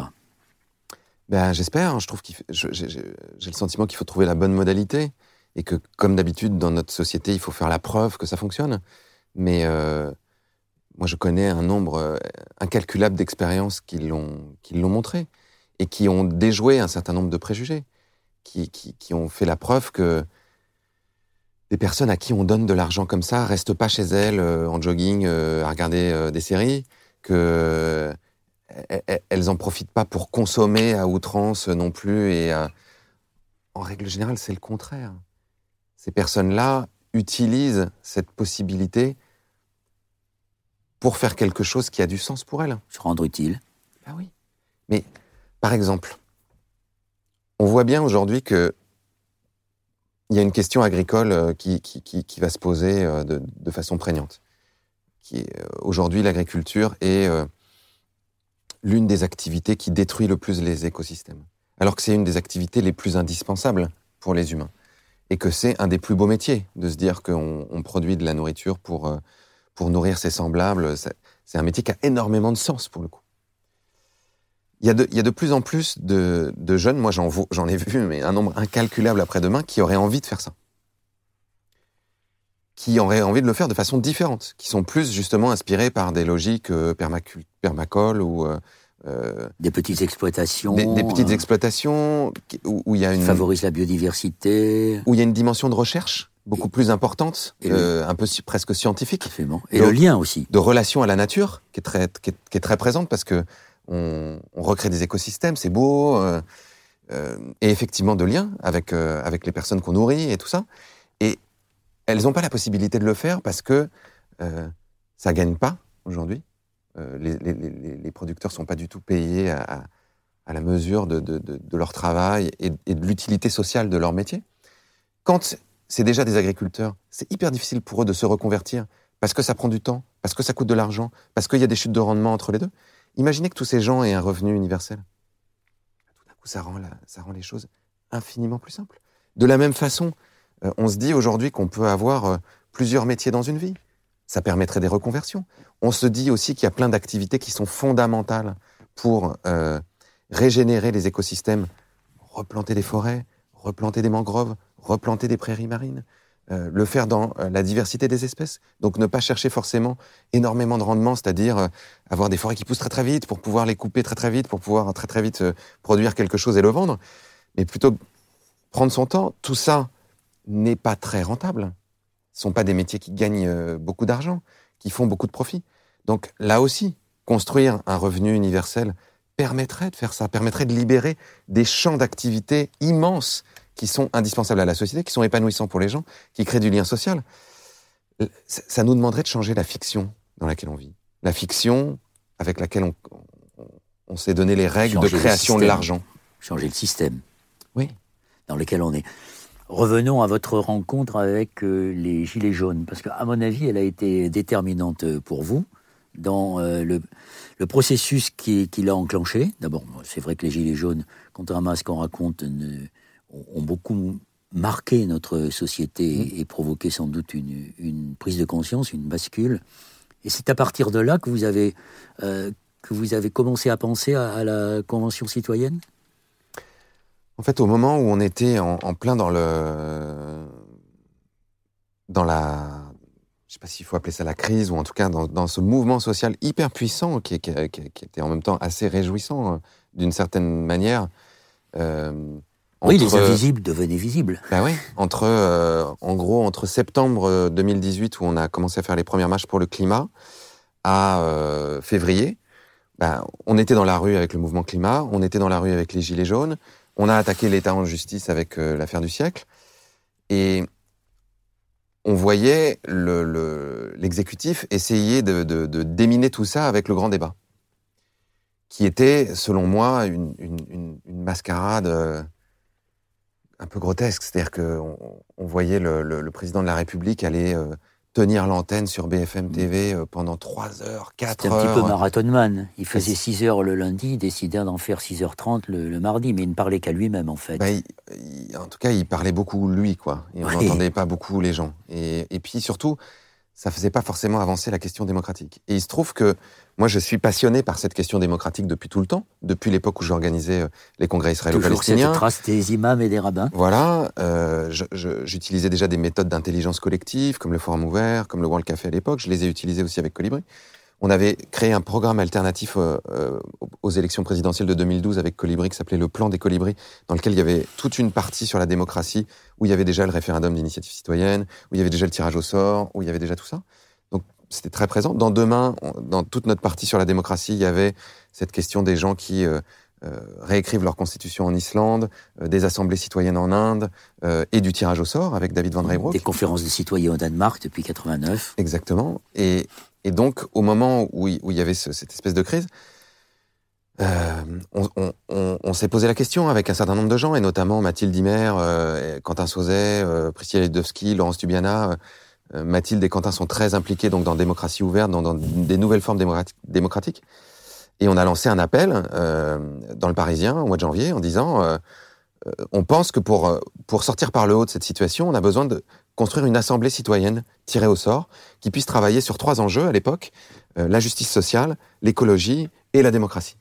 J'espère. Je trouve j'ai le sentiment qu'il faut trouver la bonne modalité et que, comme d'habitude, dans notre société, il faut faire la preuve que ça fonctionne. Mais moi, je connais un nombre incalculable d'expériences qui l'ont montré et qui ont déjoué un certain nombre de préjugés, qui ont fait la preuve que des personnes à qui on donne de l'argent comme ça restent pas chez elles en jogging à regarder des séries, que elles en profitent pas pour consommer à outrance non plus. Et en règle générale, c'est le contraire. Ces personnes-là utilisent cette possibilité pour faire quelque chose qui a du sens pour elles. Se rendre utile. Oui. Mais, par exemple, on voit bien aujourd'hui que il y a une question agricole qui va se poser de façon prégnante. Aujourd'hui, l'agriculture est l'une des activités qui détruit le plus les écosystèmes. Alors que c'est une des activités les plus indispensables pour les humains. Et que c'est un des plus beaux métiers, de se dire qu'on produit de la nourriture pour nourrir ses semblables. C'est un métier qui a énormément de sens, pour le coup. Il y a de plus en plus de jeunes, moi j'en ai vu, mais un nombre incalculable après-demain, qui auraient envie de faire ça. Qui auraient envie de le faire de façon différente, qui sont plus justement inspirés par des logiques permacoles ou... des petites exploitations. Des petites exploitations où il y a une... favorisent la biodiversité. Où il y a une dimension de recherche beaucoup plus importante, un peu presque scientifique. Absolument. Et le lien aussi. De relation à la nature, qui est très présente, parce que on recrée des écosystèmes, c'est beau, et effectivement de liens avec les personnes qu'on nourrit et tout ça. Et elles n'ont pas la possibilité de le faire parce que ça ne gagne pas aujourd'hui. Les producteurs ne sont pas du tout payés à la mesure de leur travail et de l'utilité sociale de leur métier. Quand c'est déjà des agriculteurs, c'est hyper difficile pour eux de se reconvertir parce que ça prend du temps, parce que ça coûte de l'argent, parce qu'il y a des chutes de rendement entre les deux. Imaginez que tous ces gens aient un revenu universel. Tout d'un coup, ça rend les choses infiniment plus simples. De la même façon, on se dit aujourd'hui qu'on peut avoir plusieurs métiers dans une vie. Ça permettrait des reconversions. On se dit aussi qu'il y a plein d'activités qui sont fondamentales pour régénérer les écosystèmes, replanter des forêts, replanter des mangroves, replanter des prairies marines, le faire dans la diversité des espèces. Donc ne pas chercher forcément énormément de rendement, c'est-à-dire avoir des forêts qui poussent très très vite pour pouvoir les couper très très vite, pour pouvoir très très vite produire quelque chose et le vendre, mais plutôt prendre son temps. Tout ça n'est pas très rentable. Ce ne sont pas des métiers qui gagnent beaucoup d'argent, qui font beaucoup de profit. Donc là aussi, construire un revenu universel permettrait de faire ça, permettrait de libérer des champs d'activité immenses qui sont indispensables à la société, qui sont épanouissants pour les gens, qui créent du lien social. Ça nous demanderait de changer la fiction dans laquelle on vit. La fiction avec laquelle on s'est donné les règles de création de l'argent. Changer le système. Oui. Dans lequel on est. Revenons à votre rencontre avec les Gilets jaunes, parce qu'à mon avis, elle a été déterminante pour vous dans le processus qui l'a enclenché. D'abord, c'est vrai que les Gilets jaunes, contrairement à ce qu'on raconte, ont beaucoup marqué notre société et provoqué sans doute une prise de conscience, une bascule. Et c'est à partir de là que vous avez commencé à penser à la Convention citoyenne ? En fait, au moment où on était en plein dans la, je sais pas s'il faut appeler ça la crise, ou en tout cas dans ce mouvement social hyper puissant qui était en même temps assez réjouissant d'une certaine manière. Oui, les invisibles devenaient visibles. Ben oui, en gros, entre septembre 2018, où on a commencé à faire les premières marches pour le climat, à février, on était dans la rue avec le mouvement climat, on était dans la rue avec les Gilets jaunes, on a attaqué l'État en justice avec l'affaire du siècle, et on voyait l'exécutif essayer de déminer tout ça avec le grand débat, qui était, selon moi, une mascarade un peu grotesque. C'est-à-dire qu'on voyait le président de la République aller tenir l'antenne sur BFM TV pendant 3 heures, 4 heures. C'était un petit peu Marathon Man. Il faisait 6 heures le lundi, il décidait d'en faire 6h30 le mardi, mais il ne parlait qu'à lui-même, en fait. En tout cas, il parlait beaucoup lui, quoi. Et on n'entendait pas beaucoup les gens. Et puis surtout, ça faisait pas forcément avancer la question démocratique. Et il se trouve que moi, je suis passionné par cette question démocratique depuis tout le temps, depuis l'époque où j'organisais les congrès israélo-palestiniens. Toujours cette trace des imams et des rabbins. Voilà. J'utilisais déjà des méthodes d'intelligence collective, comme le Forum ouvert, comme le World Café à l'époque. Je les ai utilisées aussi avec Colibri. On avait créé un programme alternatif aux élections présidentielles de 2012 avec Colibri, qui s'appelait le Plan des Colibris, dans lequel il y avait toute une partie sur la démocratie, où il y avait déjà le référendum d'initiative citoyenne, où il y avait déjà le tirage au sort, où il y avait déjà tout ça. Donc c'était très présent. Dans Demain, dans toute notre partie sur la démocratie, il y avait cette question des gens qui réécrivent leur constitution en Islande, des assemblées citoyennes en Inde, et du tirage au sort avec David Van Reybrouck. Des conférences de citoyens au Danemark depuis 89. Exactement. Et donc, au moment où il y avait cette espèce de crise, on s'est posé la question avec un certain nombre de gens, et notamment Mathilde Himer, Quentin Sauzet, Priscilla Lidowski, Laurence Tubiana. Mathilde et Quentin sont très impliqués donc dans Démocratie ouverte, dans des nouvelles formes démocratiques. Et on a lancé un appel dans le Parisien au mois de janvier en disant on pense que pour sortir par le haut de cette situation, on a besoin de construire une assemblée citoyenne tirée au sort qui puisse travailler sur 3 enjeux à l'époque, la justice sociale, l'écologie et la démocratie.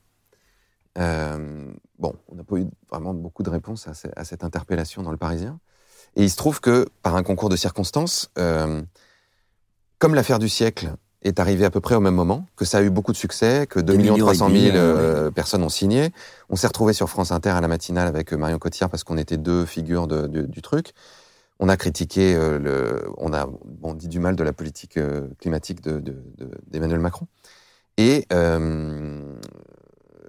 On n'a pas eu vraiment beaucoup de réponses à cette interpellation dans le Parisien. Et il se trouve que, par un concours de circonstances, comme l'affaire du siècle est arrivée à peu près au même moment, que ça a eu beaucoup de succès, que 2 300 000 personnes ont signé, on s'est retrouvés sur France Inter à la matinale avec Marion Cotillard parce qu'on était 2 figures du truc. On a critiqué, on a dit du mal de la politique climatique d'Emmanuel Macron. Et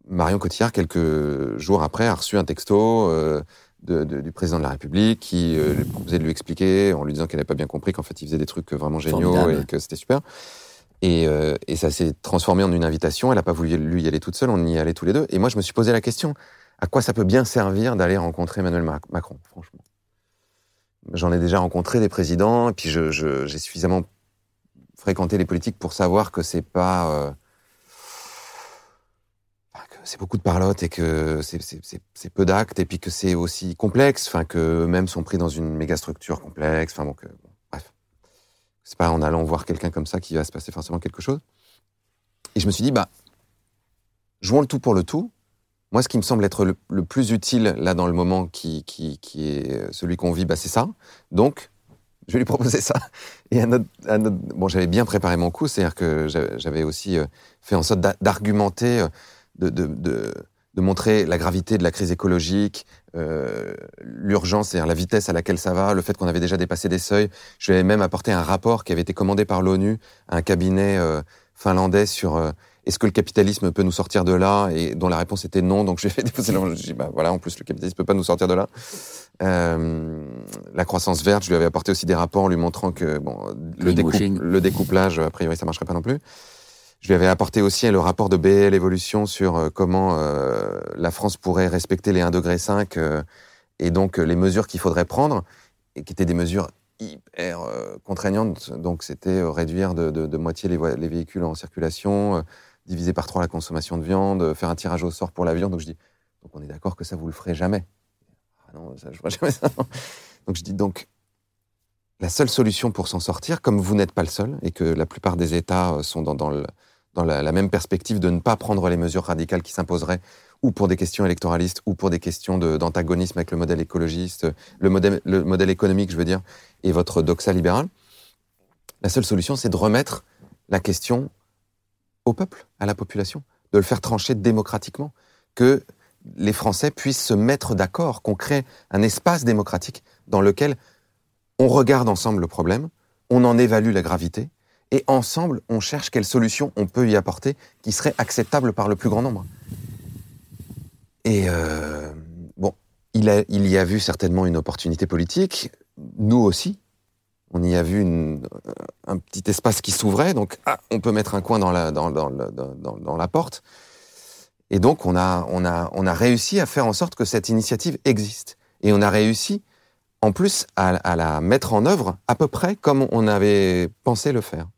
Marion Cotillard, quelques jours après, a reçu un texto du président de la République qui lui proposait de lui expliquer, en lui disant qu'elle n'avait pas bien compris qu'en fait il faisait des trucs vraiment géniaux et que c'était super. Et ça s'est transformé en une invitation. Elle n'a pas voulu lui y aller toute seule, on y allait tous les deux. Et moi, je me suis posé la question, à quoi ça peut bien servir d'aller rencontrer Emmanuel Macron, franchement. J'en ai déjà rencontré des présidents, et puis j'ai suffisamment fréquenté les politiques pour savoir que c'est pas... que c'est beaucoup de parlotte et que c'est peu d'actes, et puis que c'est aussi complexe, enfin que eux-mêmes sont pris dans une méga structure complexe, enfin bon, bref. C'est pas en allant voir quelqu'un comme ça qu'il va se passer forcément quelque chose. Et je me suis dit, jouons le tout pour le tout. Moi, ce qui me semble être le plus utile, là, dans le moment qui est celui qu'on vit, c'est ça. Donc, je vais lui proposer ça. Et bon, j'avais bien préparé mon coup, c'est-à-dire que j'avais aussi fait en sorte d'argumenter, de montrer la gravité de la crise écologique, l'urgence, c'est-à-dire la vitesse à laquelle ça va, le fait qu'on avait déjà dépassé des seuils. Je lui avais même apporté un rapport qui avait été commandé par l'ONU à un cabinet finlandais sur est-ce que le capitalisme peut nous sortir de là, et dont la réponse était non. Donc je lui ai fait déposer je dis voilà, en plus le capitalisme peut pas nous sortir de là. La croissance verte, je lui avais apporté aussi des rapports en lui montrant que le découplage, a priori ça marcherait pas non plus. Je lui avais apporté aussi le rapport de BL Evolution sur comment la France pourrait respecter les 1,5 degré et donc les mesures qu'il faudrait prendre, et qui étaient des mesures hyper contraignantes. Donc c'était réduire de moitié les véhicules en circulation, diviser par 3 la consommation de viande, faire un tirage au sort pour la viande. Donc je dis, donc on est d'accord que ça vous le ferez jamais. Ah non, ça, je ferai jamais ça. Donc je dis, donc la seule solution pour s'en sortir, comme vous n'êtes pas le seul, et que la plupart des États sont dans la même perspective de ne pas prendre les mesures radicales qui s'imposeraient, ou pour des questions électoralistes, ou pour des questions d'antagonisme avec le modèle écologiste, le modèle économique, je veux dire, et votre doxa libérale, la seule solution, c'est de remettre la question au peuple, à la population, de le faire trancher démocratiquement, que les Français puissent se mettre d'accord, qu'on crée un espace démocratique dans lequel on regarde ensemble le problème, on en évalue la gravité, et ensemble, on cherche quelle solution on peut y apporter qui serait acceptable par le plus grand nombre. Et bon, il y a vu certainement une opportunité politique, nous aussi. On y a vu un petit espace qui s'ouvrait, donc on peut mettre un coin dans la porte. Et donc on a réussi à faire en sorte que cette initiative existe. Et on a réussi, en plus, à la mettre en œuvre à peu près comme on avait pensé le faire.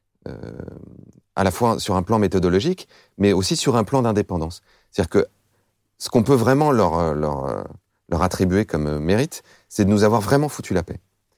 À la fois sur un plan méthodologique, mais aussi sur un plan d'indépendance. C'est-à-dire que ce qu'on peut vraiment leur attribuer comme mérite, c'est de nous avoir vraiment foutu la paix.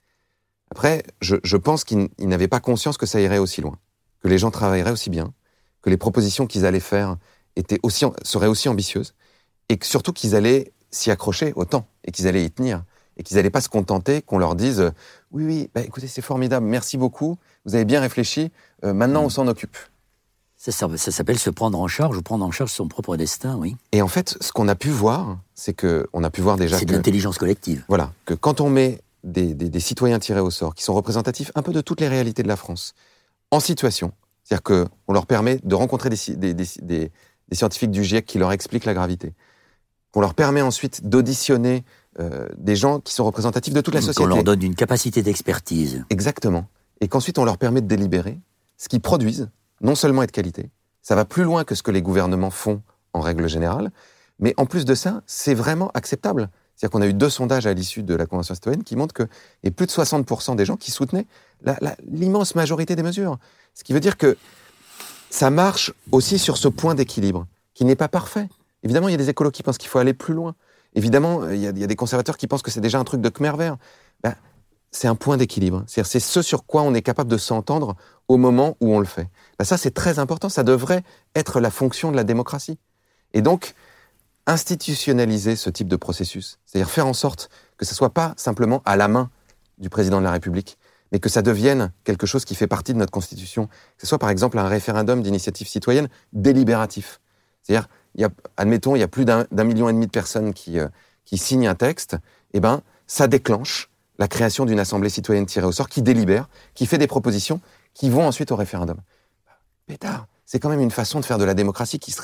Après, je pense qu'ils n'avaient pas conscience que ça irait aussi loin, que les gens travailleraient aussi bien, que les propositions qu'ils allaient faire seraient aussi ambitieuses, et que surtout qu'ils allaient s'y accrocher autant, et qu'ils allaient y tenir, et qu'ils n'allaient pas se contenter qu'on leur dise « Oui, écoutez, c'est formidable, merci beaucoup, vous avez bien réfléchi, maintenant on s'en occupe ». Ça s'appelle se prendre en charge, ou prendre en charge son propre destin, oui. Et en fait, ce qu'on a pu voir, c'est qu'on a pu voir déjà c'est de l'intelligence collective. Voilà, que quand on met des citoyens tirés au sort, qui sont représentatifs un peu de toutes les réalités de la France, en situation, c'est-à-dire qu'on leur permet de rencontrer des scientifiques du GIEC qui leur expliquent la gravité, qu'on leur permet ensuite d'auditionner des gens qui sont représentatifs de toute la société. Qu'on leur donne une capacité d'expertise. Exactement. Et qu'ensuite on leur permet de délibérer, ce qu'ils produisent, non seulement est de qualité, ça va plus loin que ce que les gouvernements font en règle générale, mais en plus de ça, c'est vraiment acceptable. C'est-à-dire qu'on a eu 2 sondages à l'issue de la Convention citoyenne qui montrent qu'il y a plus de 60% des gens qui soutenaient l'immense majorité des mesures. Ce qui veut dire que ça marche aussi sur ce point d'équilibre, qui n'est pas parfait. Évidemment, il y a des écolos qui pensent qu'il faut aller plus loin. Évidemment, il y a des conservateurs qui pensent que c'est déjà un truc de Khmer vert. C'est un point d'équilibre. C'est-à-dire, c'est ce sur quoi on est capable de s'entendre au moment où on le fait. Ça, c'est très important. Ça devrait être la fonction de la démocratie. Et donc, institutionnaliser ce type de processus, c'est-à-dire faire en sorte que ce ne soit pas simplement à la main du président de la République, mais que ça devienne quelque chose qui fait partie de notre Constitution. Que ce soit, par exemple, un référendum d'initiative citoyenne délibératif. C'est-à-dire, admettons, il y a plus d'1,5 million de personnes qui signent un texte, ça déclenche la création d'une assemblée citoyenne tirée au sort qui délibère, qui fait des propositions, qui vont ensuite au référendum. Pétard, c'est quand même une façon de faire de la démocratie qui serait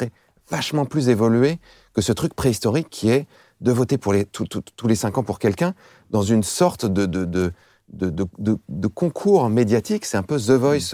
vachement plus évolué que ce truc préhistorique qui est de voter pour tous les 5 ans pour quelqu'un dans une sorte de concours médiatique. C'est un peu The Voice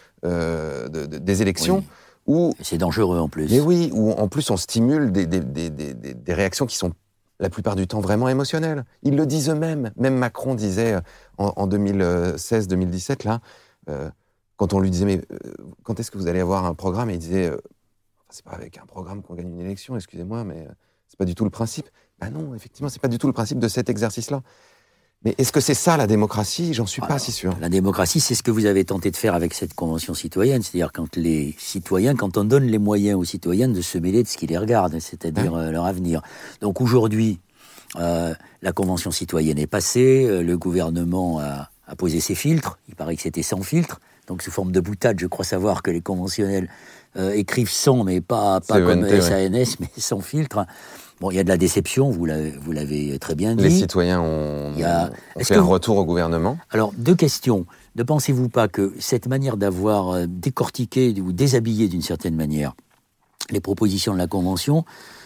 des élections. Où, c'est dangereux en plus. Mais oui, où en plus on stimule des réactions qui sont la plupart du temps vraiment émotionnelles. Ils le disent eux-mêmes. Même Macron disait en 2016-2017, là, quand on lui disait « mais quand est-ce que vous allez avoir un programme ?» Et il disait « c'est pas avec un programme qu'on gagne une élection, excusez-moi, mais c'est pas du tout le principe. » Ben non, effectivement, c'est pas du tout le principe de cet exercice-là. Mais est-ce que c'est ça la démocratie ? J'en suis pas si sûr. La démocratie, c'est ce que vous avez tenté de faire avec cette convention citoyenne, c'est-à-dire quand on donne les moyens aux citoyens de se mêler de ce qui les regarde, c'est-à-dire leur avenir. Donc aujourd'hui, la convention citoyenne est passée, le gouvernement a posé ses filtres, il paraît que c'était sans filtre, donc sous forme de boutade, je crois savoir que les conventionnels écrivent sans, mais pas comme SANS, mais sans filtre. Bon, il y a de la déception, vous l'avez très bien dit. Les citoyens ont fait un retour au gouvernement. Alors, 2 questions. Ne pensez-vous pas que cette manière d'avoir décortiqué ou déshabillé d'une certaine manière les propositions de la Convention,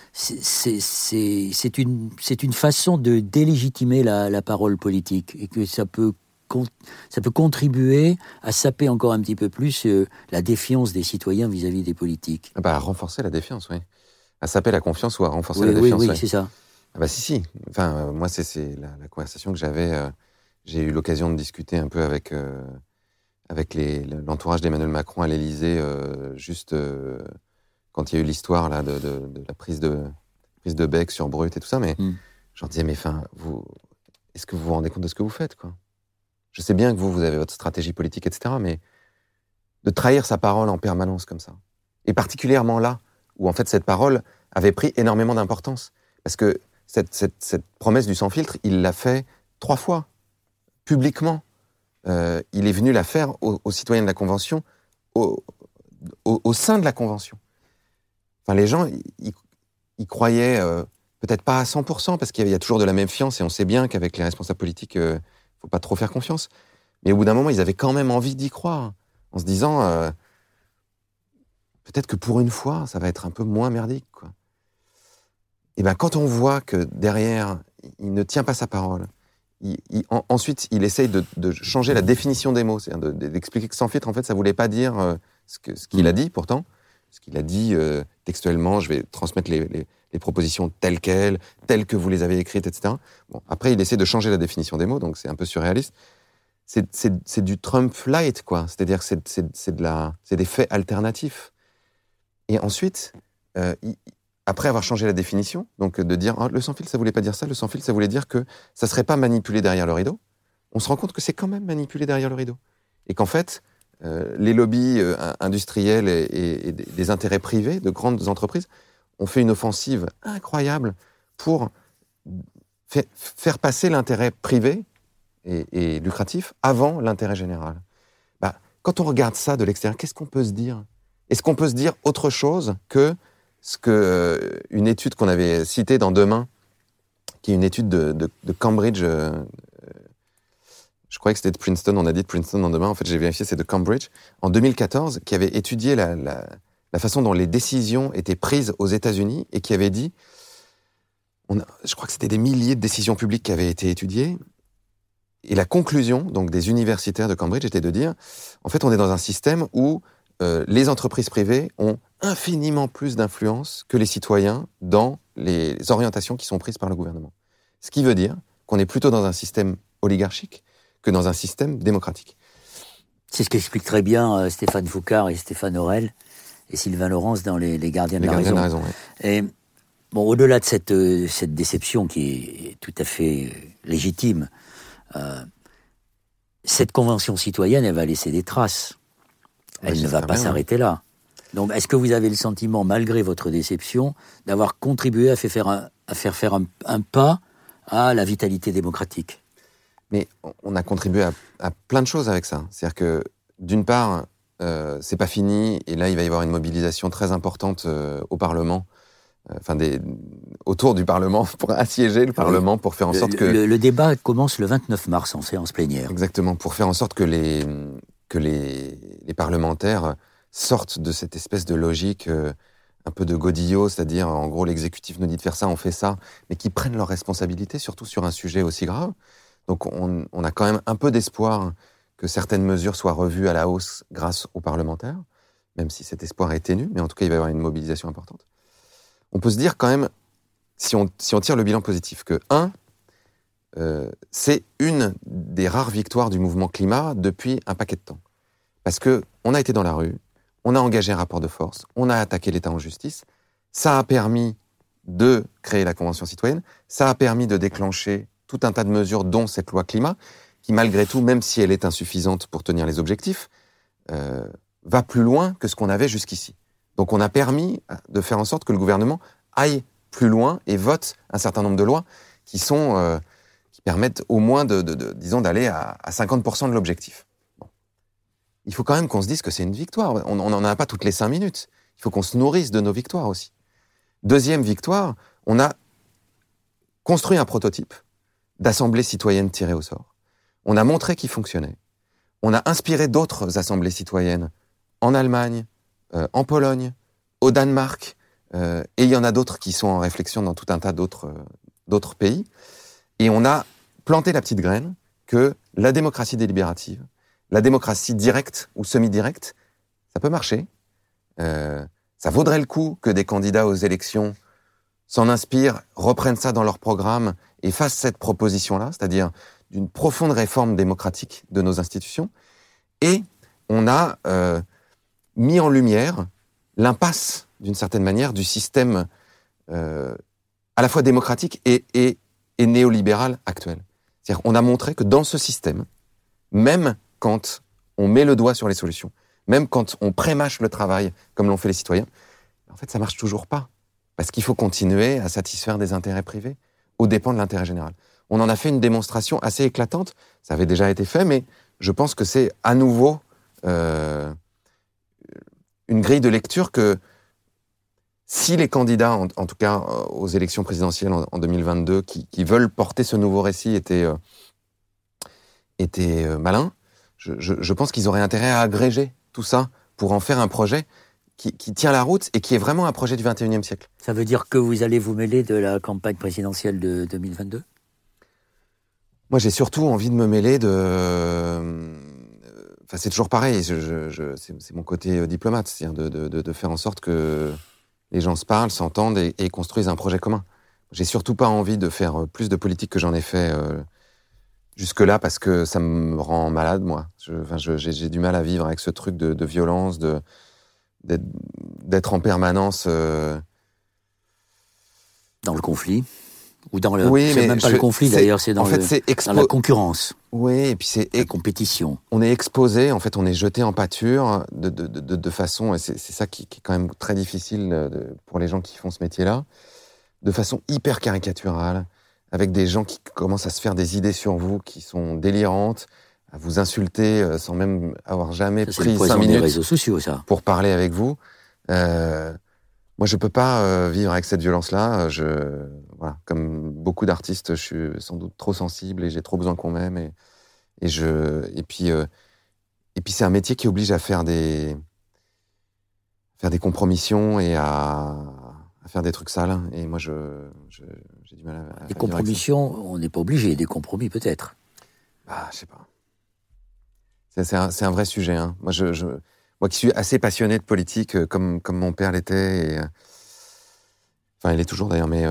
c'est une façon de délégitimer la parole politique et que ça peut contribuer à saper encore un petit peu plus la défiance des citoyens vis-à-vis des politiques. À renforcer la défiance, oui. À saper la confiance ou à renforcer la défiance. Oui, c'est ça. Si. Enfin, moi, c'est la conversation que j'avais. J'ai eu l'occasion de discuter un peu avec l'entourage d'Emmanuel Macron à l'Élysée, juste quand il y a eu l'histoire là de la prise de bec sur Brut et tout ça. Mais je leur disais, mais est-ce que vous vous rendez compte de ce que vous faites, quoi ? Je sais bien que vous avez votre stratégie politique, etc. Mais de trahir sa parole en permanence comme ça, et particulièrement là, où en fait cette parole avait pris énormément d'importance. Parce que cette promesse du sans-filtre, il l'a fait 3 fois, publiquement. Il est venu la faire aux citoyens de la Convention, au sein de la Convention. Enfin, les gens, ils croyaient, peut-être pas à 100%, parce qu'il y a toujours de la méfiance, et on sait bien qu'avec les responsables politiques, il faut pas trop faire confiance. Mais au bout d'un moment, ils avaient quand même envie d'y croire, en se disant... peut-être que pour une fois, ça va être un peu moins merdique, quoi. Et quand on voit que derrière, il ne tient pas sa parole, ensuite, il essaye de changer la définition des mots, c'est-à-dire d'expliquer que sans filtre, en fait, ça voulait pas dire ce qu'il a dit, pourtant. Ce qu'il a dit textuellement, je vais transmettre les propositions telles que vous les avez écrites, etc. Bon, après, il essaie de changer la définition des mots, donc c'est un peu surréaliste. C'est du Trump light, quoi. C'est-à-dire que c'est des faits alternatifs. Et ensuite, après avoir changé la définition, donc de dire le sans-filtre, ça voulait pas dire ça, le sans-filtre, ça voulait dire que ça serait pas manipulé derrière le rideau, on se rend compte que c'est quand même manipulé derrière le rideau. Et qu'en fait, les lobbies industriels et des intérêts privés de grandes entreprises ont fait une offensive incroyable pour faire passer l'intérêt privé et lucratif avant l'intérêt général. Quand on regarde ça de l'extérieur, qu'est-ce qu'on peut se dire ? Est-ce qu'on peut se dire autre chose que ce que une étude qu'on avait citée dans Demain, qui est une étude de Cambridge, je croyais que c'était de Princeton, on a dit de Princeton dans Demain, en fait j'ai vérifié, c'est de Cambridge, en 2014, qui avait étudié la façon dont les décisions étaient prises aux États-Unis et qui avait dit, je crois que c'était des milliers de décisions publiques qui avaient été étudiées, et la conclusion donc des universitaires de Cambridge était de dire, en fait on est dans un système où les entreprises privées ont infiniment plus d'influence que les citoyens dans les orientations qui sont prises par le gouvernement. Ce qui veut dire qu'on est plutôt dans un système oligarchique que dans un système démocratique. C'est ce qu'expliquent très bien Stéphane Foucard et Stéphane Aurel et Sylvain Laurence dans Les Gardiens de la Raison. Ouais. Et bon, au-delà de cette déception qui est tout à fait légitime, cette convention citoyenne, elle va laisser des traces. Elle ne va pas s'arrêter là. Donc, est-ce que vous avez le sentiment, malgré votre déception, d'avoir contribué à faire faire un pas à la vitalité démocratique ? Mais on a contribué à plein de choses avec ça. C'est-à-dire que, d'une part, c'est pas fini, et là, il va y avoir une mobilisation très importante au Parlement, autour du Parlement, pour assiéger le Parlement, pour faire en sorte que... Le débat commence le 29 mars en séance plénière. Exactement, pour faire en sorte que les parlementaires sortent de cette espèce de logique un peu de godillot, c'est-à-dire, en gros, l'exécutif nous dit de faire ça, on fait ça, mais qui prennent leurs responsabilités, surtout sur un sujet aussi grave. Donc, on a quand même un peu d'espoir que certaines mesures soient revues à la hausse grâce aux parlementaires, même si cet espoir est ténu, mais en tout cas, il va y avoir une mobilisation importante. On peut se dire quand même, si on tire le bilan positif, que, c'est une des rares victoires du mouvement climat depuis un paquet de temps. Parce qu'on a été dans la rue, on a engagé un rapport de force, on a attaqué l'État en justice, ça a permis de créer la Convention citoyenne, ça a permis de déclencher tout un tas de mesures, dont cette loi climat, qui malgré tout, même si elle est insuffisante pour tenir les objectifs, va plus loin que ce qu'on avait jusqu'ici. Donc on a permis de faire en sorte que le gouvernement aille plus loin et vote un certain nombre de lois qui permettent au moins disons, d'aller à 50% de l'objectif. Il faut quand même qu'on se dise que c'est une victoire. On n'en a pas toutes les 5 minutes. Il faut qu'on se nourrisse de nos victoires aussi. Deuxième victoire, on a construit un prototype d'assemblée citoyenne tirée au sort. On a montré qu'il fonctionnait. On a inspiré d'autres assemblées citoyennes en Allemagne, en Pologne, au Danemark, et il y en a d'autres qui sont en réflexion dans tout un tas d'autres pays. Et on a planté la petite graine que la démocratie délibérative, la démocratie directe ou semi-directe, ça peut marcher. Ça vaudrait le coup que des candidats aux élections s'en inspirent, reprennent ça dans leur programme et fassent cette proposition-là, c'est-à-dire d'une profonde réforme démocratique de nos institutions. Et on a mis en lumière l'impasse, d'une certaine manière, du système à la fois démocratique et néolibéral actuel. C'est-à-dire qu'on a montré que dans ce système, même quand on met le doigt sur les solutions, même quand on prémâche le travail, comme l'ont fait les citoyens, en fait, ça marche toujours pas. Parce qu'il faut continuer à satisfaire des intérêts privés aux dépens de l'intérêt général. On en a fait une démonstration assez éclatante. Ça avait déjà été fait, mais je pense que c'est à nouveau une grille de lecture que si les candidats, en tout cas aux élections présidentielles en 2022, qui veulent porter ce nouveau récit étaient malins, je pense qu'ils auraient intérêt à agréger tout ça pour en faire un projet qui tient la route et qui est vraiment un projet du XXIe siècle. Ça veut dire que vous allez vous mêler de la campagne présidentielle de 2022 ? Moi, j'ai surtout envie de me mêler Enfin, c'est toujours pareil, c'est mon côté diplomate, c'est-à-dire de faire en sorte que les gens se parlent, s'entendent et construisent un projet commun. J'ai surtout pas envie de faire plus de politique que j'en ai fait jusque-là parce que ça me rend malade, moi. J'ai du mal à vivre avec ce truc de violence, d'être en permanence... Dans le conflit ou dans le... Oui, c'est même pas le conflit d'ailleurs, c'est dans, dans la concurrence. Oui, et puis c'est... La compétition. On est exposé, en fait, on est jeté en pâture de façon... Et c'est ça qui est quand même très difficile pour les gens qui font ce métier-là, de façon hyper caricaturale, avec des gens qui commencent à se faire des idées sur vous qui sont délirantes, à vous insulter sans même avoir jamais pris 5 minutes des réseaux sociaux, ça. Pour parler avec vous. Moi, je peux pas vivre avec cette violence-là. Voilà, comme beaucoup d'artistes, je suis sans doute trop sensible et j'ai trop besoin qu'on m'aime. Et puis c'est un métier qui oblige à faire des compromissions et à faire des trucs sales. Et moi, j'ai du mal à des compromissions, on n'est pas obligé. Des compromis, peut-être. Bah, je sais pas. C'est un vrai sujet. Hein. Moi qui suis assez passionné de politique, comme mon père l'était, enfin il est toujours d'ailleurs, mais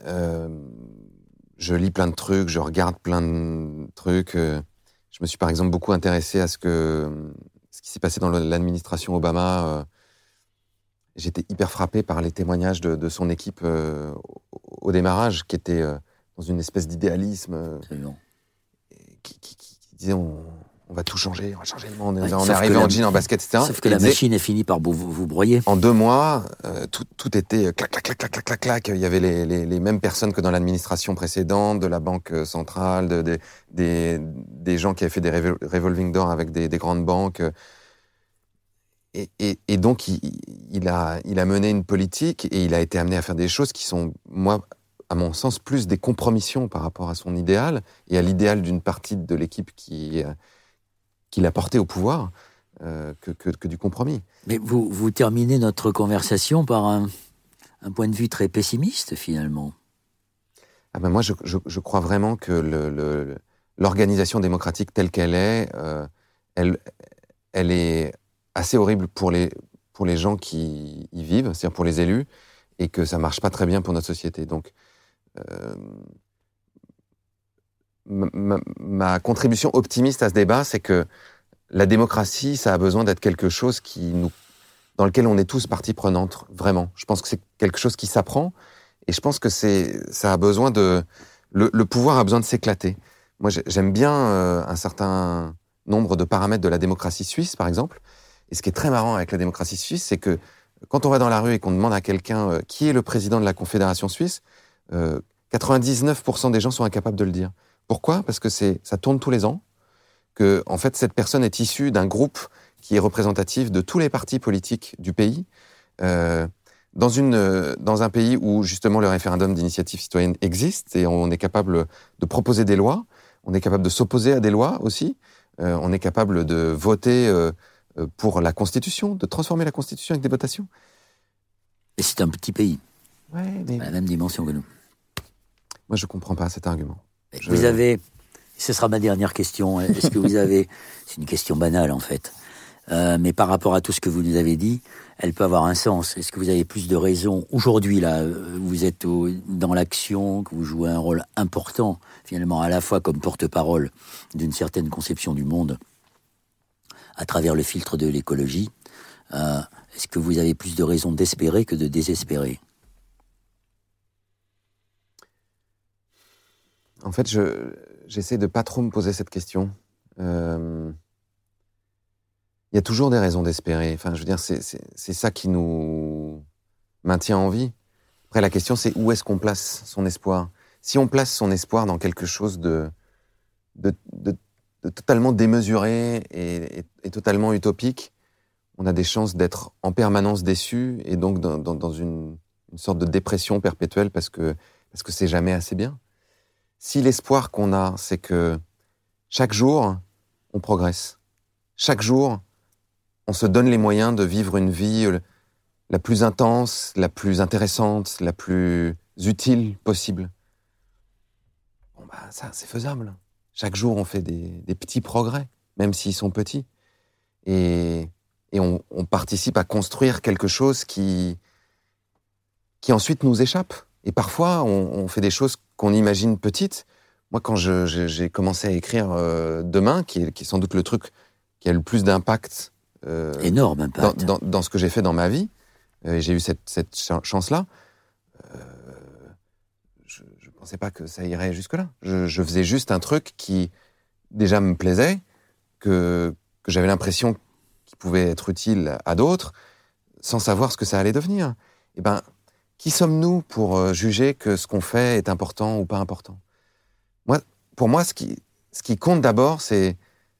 je lis plein de trucs, je regarde plein de trucs. Je me suis par exemple beaucoup intéressé à ce qui s'est passé dans l'administration Obama. J'étais hyper frappé par les témoignages de son équipe au démarrage, qui était dans une espèce d'idéalisme, qui disait on va tout changer, on va changer le monde. Ouais, on est arrivé en jean, en basket, etc. Sauf que la machine est finie par vous broyer. En 2 mois, tout était clac, clac, clac, clac, clac, clac, clac. Il y avait les mêmes personnes que dans l'administration précédente, de la banque centrale, des gens qui avaient fait des revolving doors avec des grandes banques. Et donc, il a mené une politique et il a été amené à faire des choses qui sont, moi, à mon sens, plus des compromissions par rapport à son idéal et à l'idéal d'une partie de l'équipe qui l'a porté au pouvoir. que du compromis. Mais vous terminez notre conversation par un point de vue très pessimiste, finalement. Moi, je crois vraiment que l'organisation démocratique telle qu'elle est, elle est assez horrible pour les gens qui y vivent, c'est-à-dire pour les élus, et que ça marche pas très bien pour notre société. Donc, ma contribution optimiste à ce débat, c'est que la démocratie, ça a besoin d'être quelque chose dans lequel on est tous partie prenante, vraiment. Je pense que c'est quelque chose qui s'apprend, et je pense que ça a besoin le pouvoir a besoin de s'éclater. Moi, j'aime bien un certain nombre de paramètres de la démocratie suisse, par exemple. Et ce qui est très marrant avec la démocratie suisse, c'est que quand on va dans la rue et qu'on demande à quelqu'un qui est le président de la Confédération suisse, 99% des gens sont incapables de le dire. Pourquoi ? Parce que ça tourne tous les ans, que en fait cette personne est issue d'un groupe qui est représentatif de tous les partis politiques du pays, dans un pays où justement le référendum d'initiative citoyenne existe et on est capable de proposer des lois, on est capable de s'opposer à des lois aussi, on est capable de voter pour la Constitution, de transformer la Constitution avec des votations. Et c'est un petit pays, mais à la même dimension que nous. Moi, je comprends pas cet argument. Vous avez, ce sera ma dernière question, est-ce que vous avez, c'est une question banale en fait, mais par rapport à tout ce que vous nous avez dit, elle peut avoir un sens. Est-ce que vous avez plus de raisons aujourd'hui, là, vous êtes dans l'action, que vous jouez un rôle important, finalement, à la fois comme porte-parole d'une certaine conception du monde, à travers le filtre de l'écologie, est-ce que vous avez plus de raisons d'espérer que de désespérer ? En fait, j'essaie de pas trop me poser cette question. Il y a toujours des raisons d'espérer. Enfin, je veux dire, c'est ça qui nous maintient en vie. Après, la question, c'est où est-ce qu'on place son espoir ? Si on place son espoir dans quelque chose de totalement démesuré et totalement utopique, on a des chances d'être en permanence déçus et donc dans une sorte de dépression perpétuelle parce que c'est jamais assez bien. Si l'espoir qu'on a, c'est que chaque jour, on progresse. Chaque jour, on se donne les moyens de vivre une vie la plus intense, la plus intéressante, la plus utile possible. Ça, c'est faisable. Chaque jour, on fait des petits progrès, même s'ils sont petits. Et on participe à construire quelque chose qui ensuite nous échappe. Et parfois, on fait des choses qu'on imagine petites. Moi, quand j'ai commencé à écrire Demain, qui est sans doute le truc qui a le plus d'impact, énorme impact, dans ce que j'ai fait dans ma vie, j'ai eu cette chance-là. Je pensais pas que ça irait jusque-là. Je faisais juste un truc qui déjà me plaisait, que j'avais l'impression qu'il pouvait être utile à d'autres, sans savoir ce que ça allait devenir. Et qui sommes-nous pour juger que ce qu'on fait est important ou pas important ? Pour moi, ce qui compte d'abord, c'est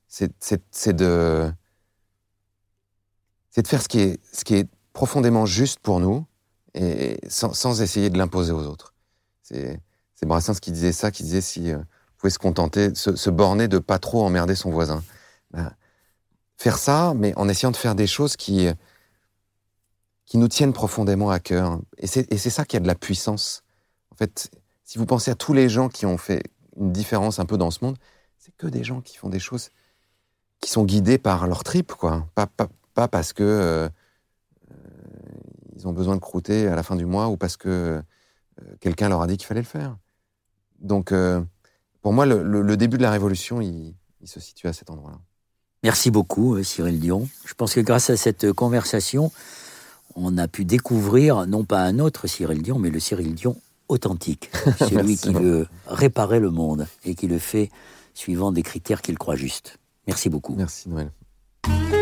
de faire ce qui est profondément juste pour nous et sans essayer de l'imposer aux autres. C'est Brassens qui disait ça, qui disait si vous pouvez se contenter, se borner de pas trop emmerder son voisin. Faire ça, mais en essayant de faire des choses qui nous tiennent profondément à cœur. Et c'est ça qui a de la puissance. En fait, si vous pensez à tous les gens qui ont fait une différence un peu dans ce monde, c'est que des gens qui font des choses qui sont guidés par leur tripes, quoi. Pas parce que ils ont besoin de croûter à la fin du mois ou parce que quelqu'un leur a dit qu'il fallait le faire. Donc, pour moi, le début de la révolution, il se situe à cet endroit-là. Merci beaucoup, Cyril Dion. Je pense que grâce à cette conversation, on a pu découvrir, non pas un autre Cyril Dion, mais le Cyril Dion authentique. Celui qui veut réparer le monde et qui le fait suivant des critères qu'il croit justes. Merci beaucoup. Merci, Noël.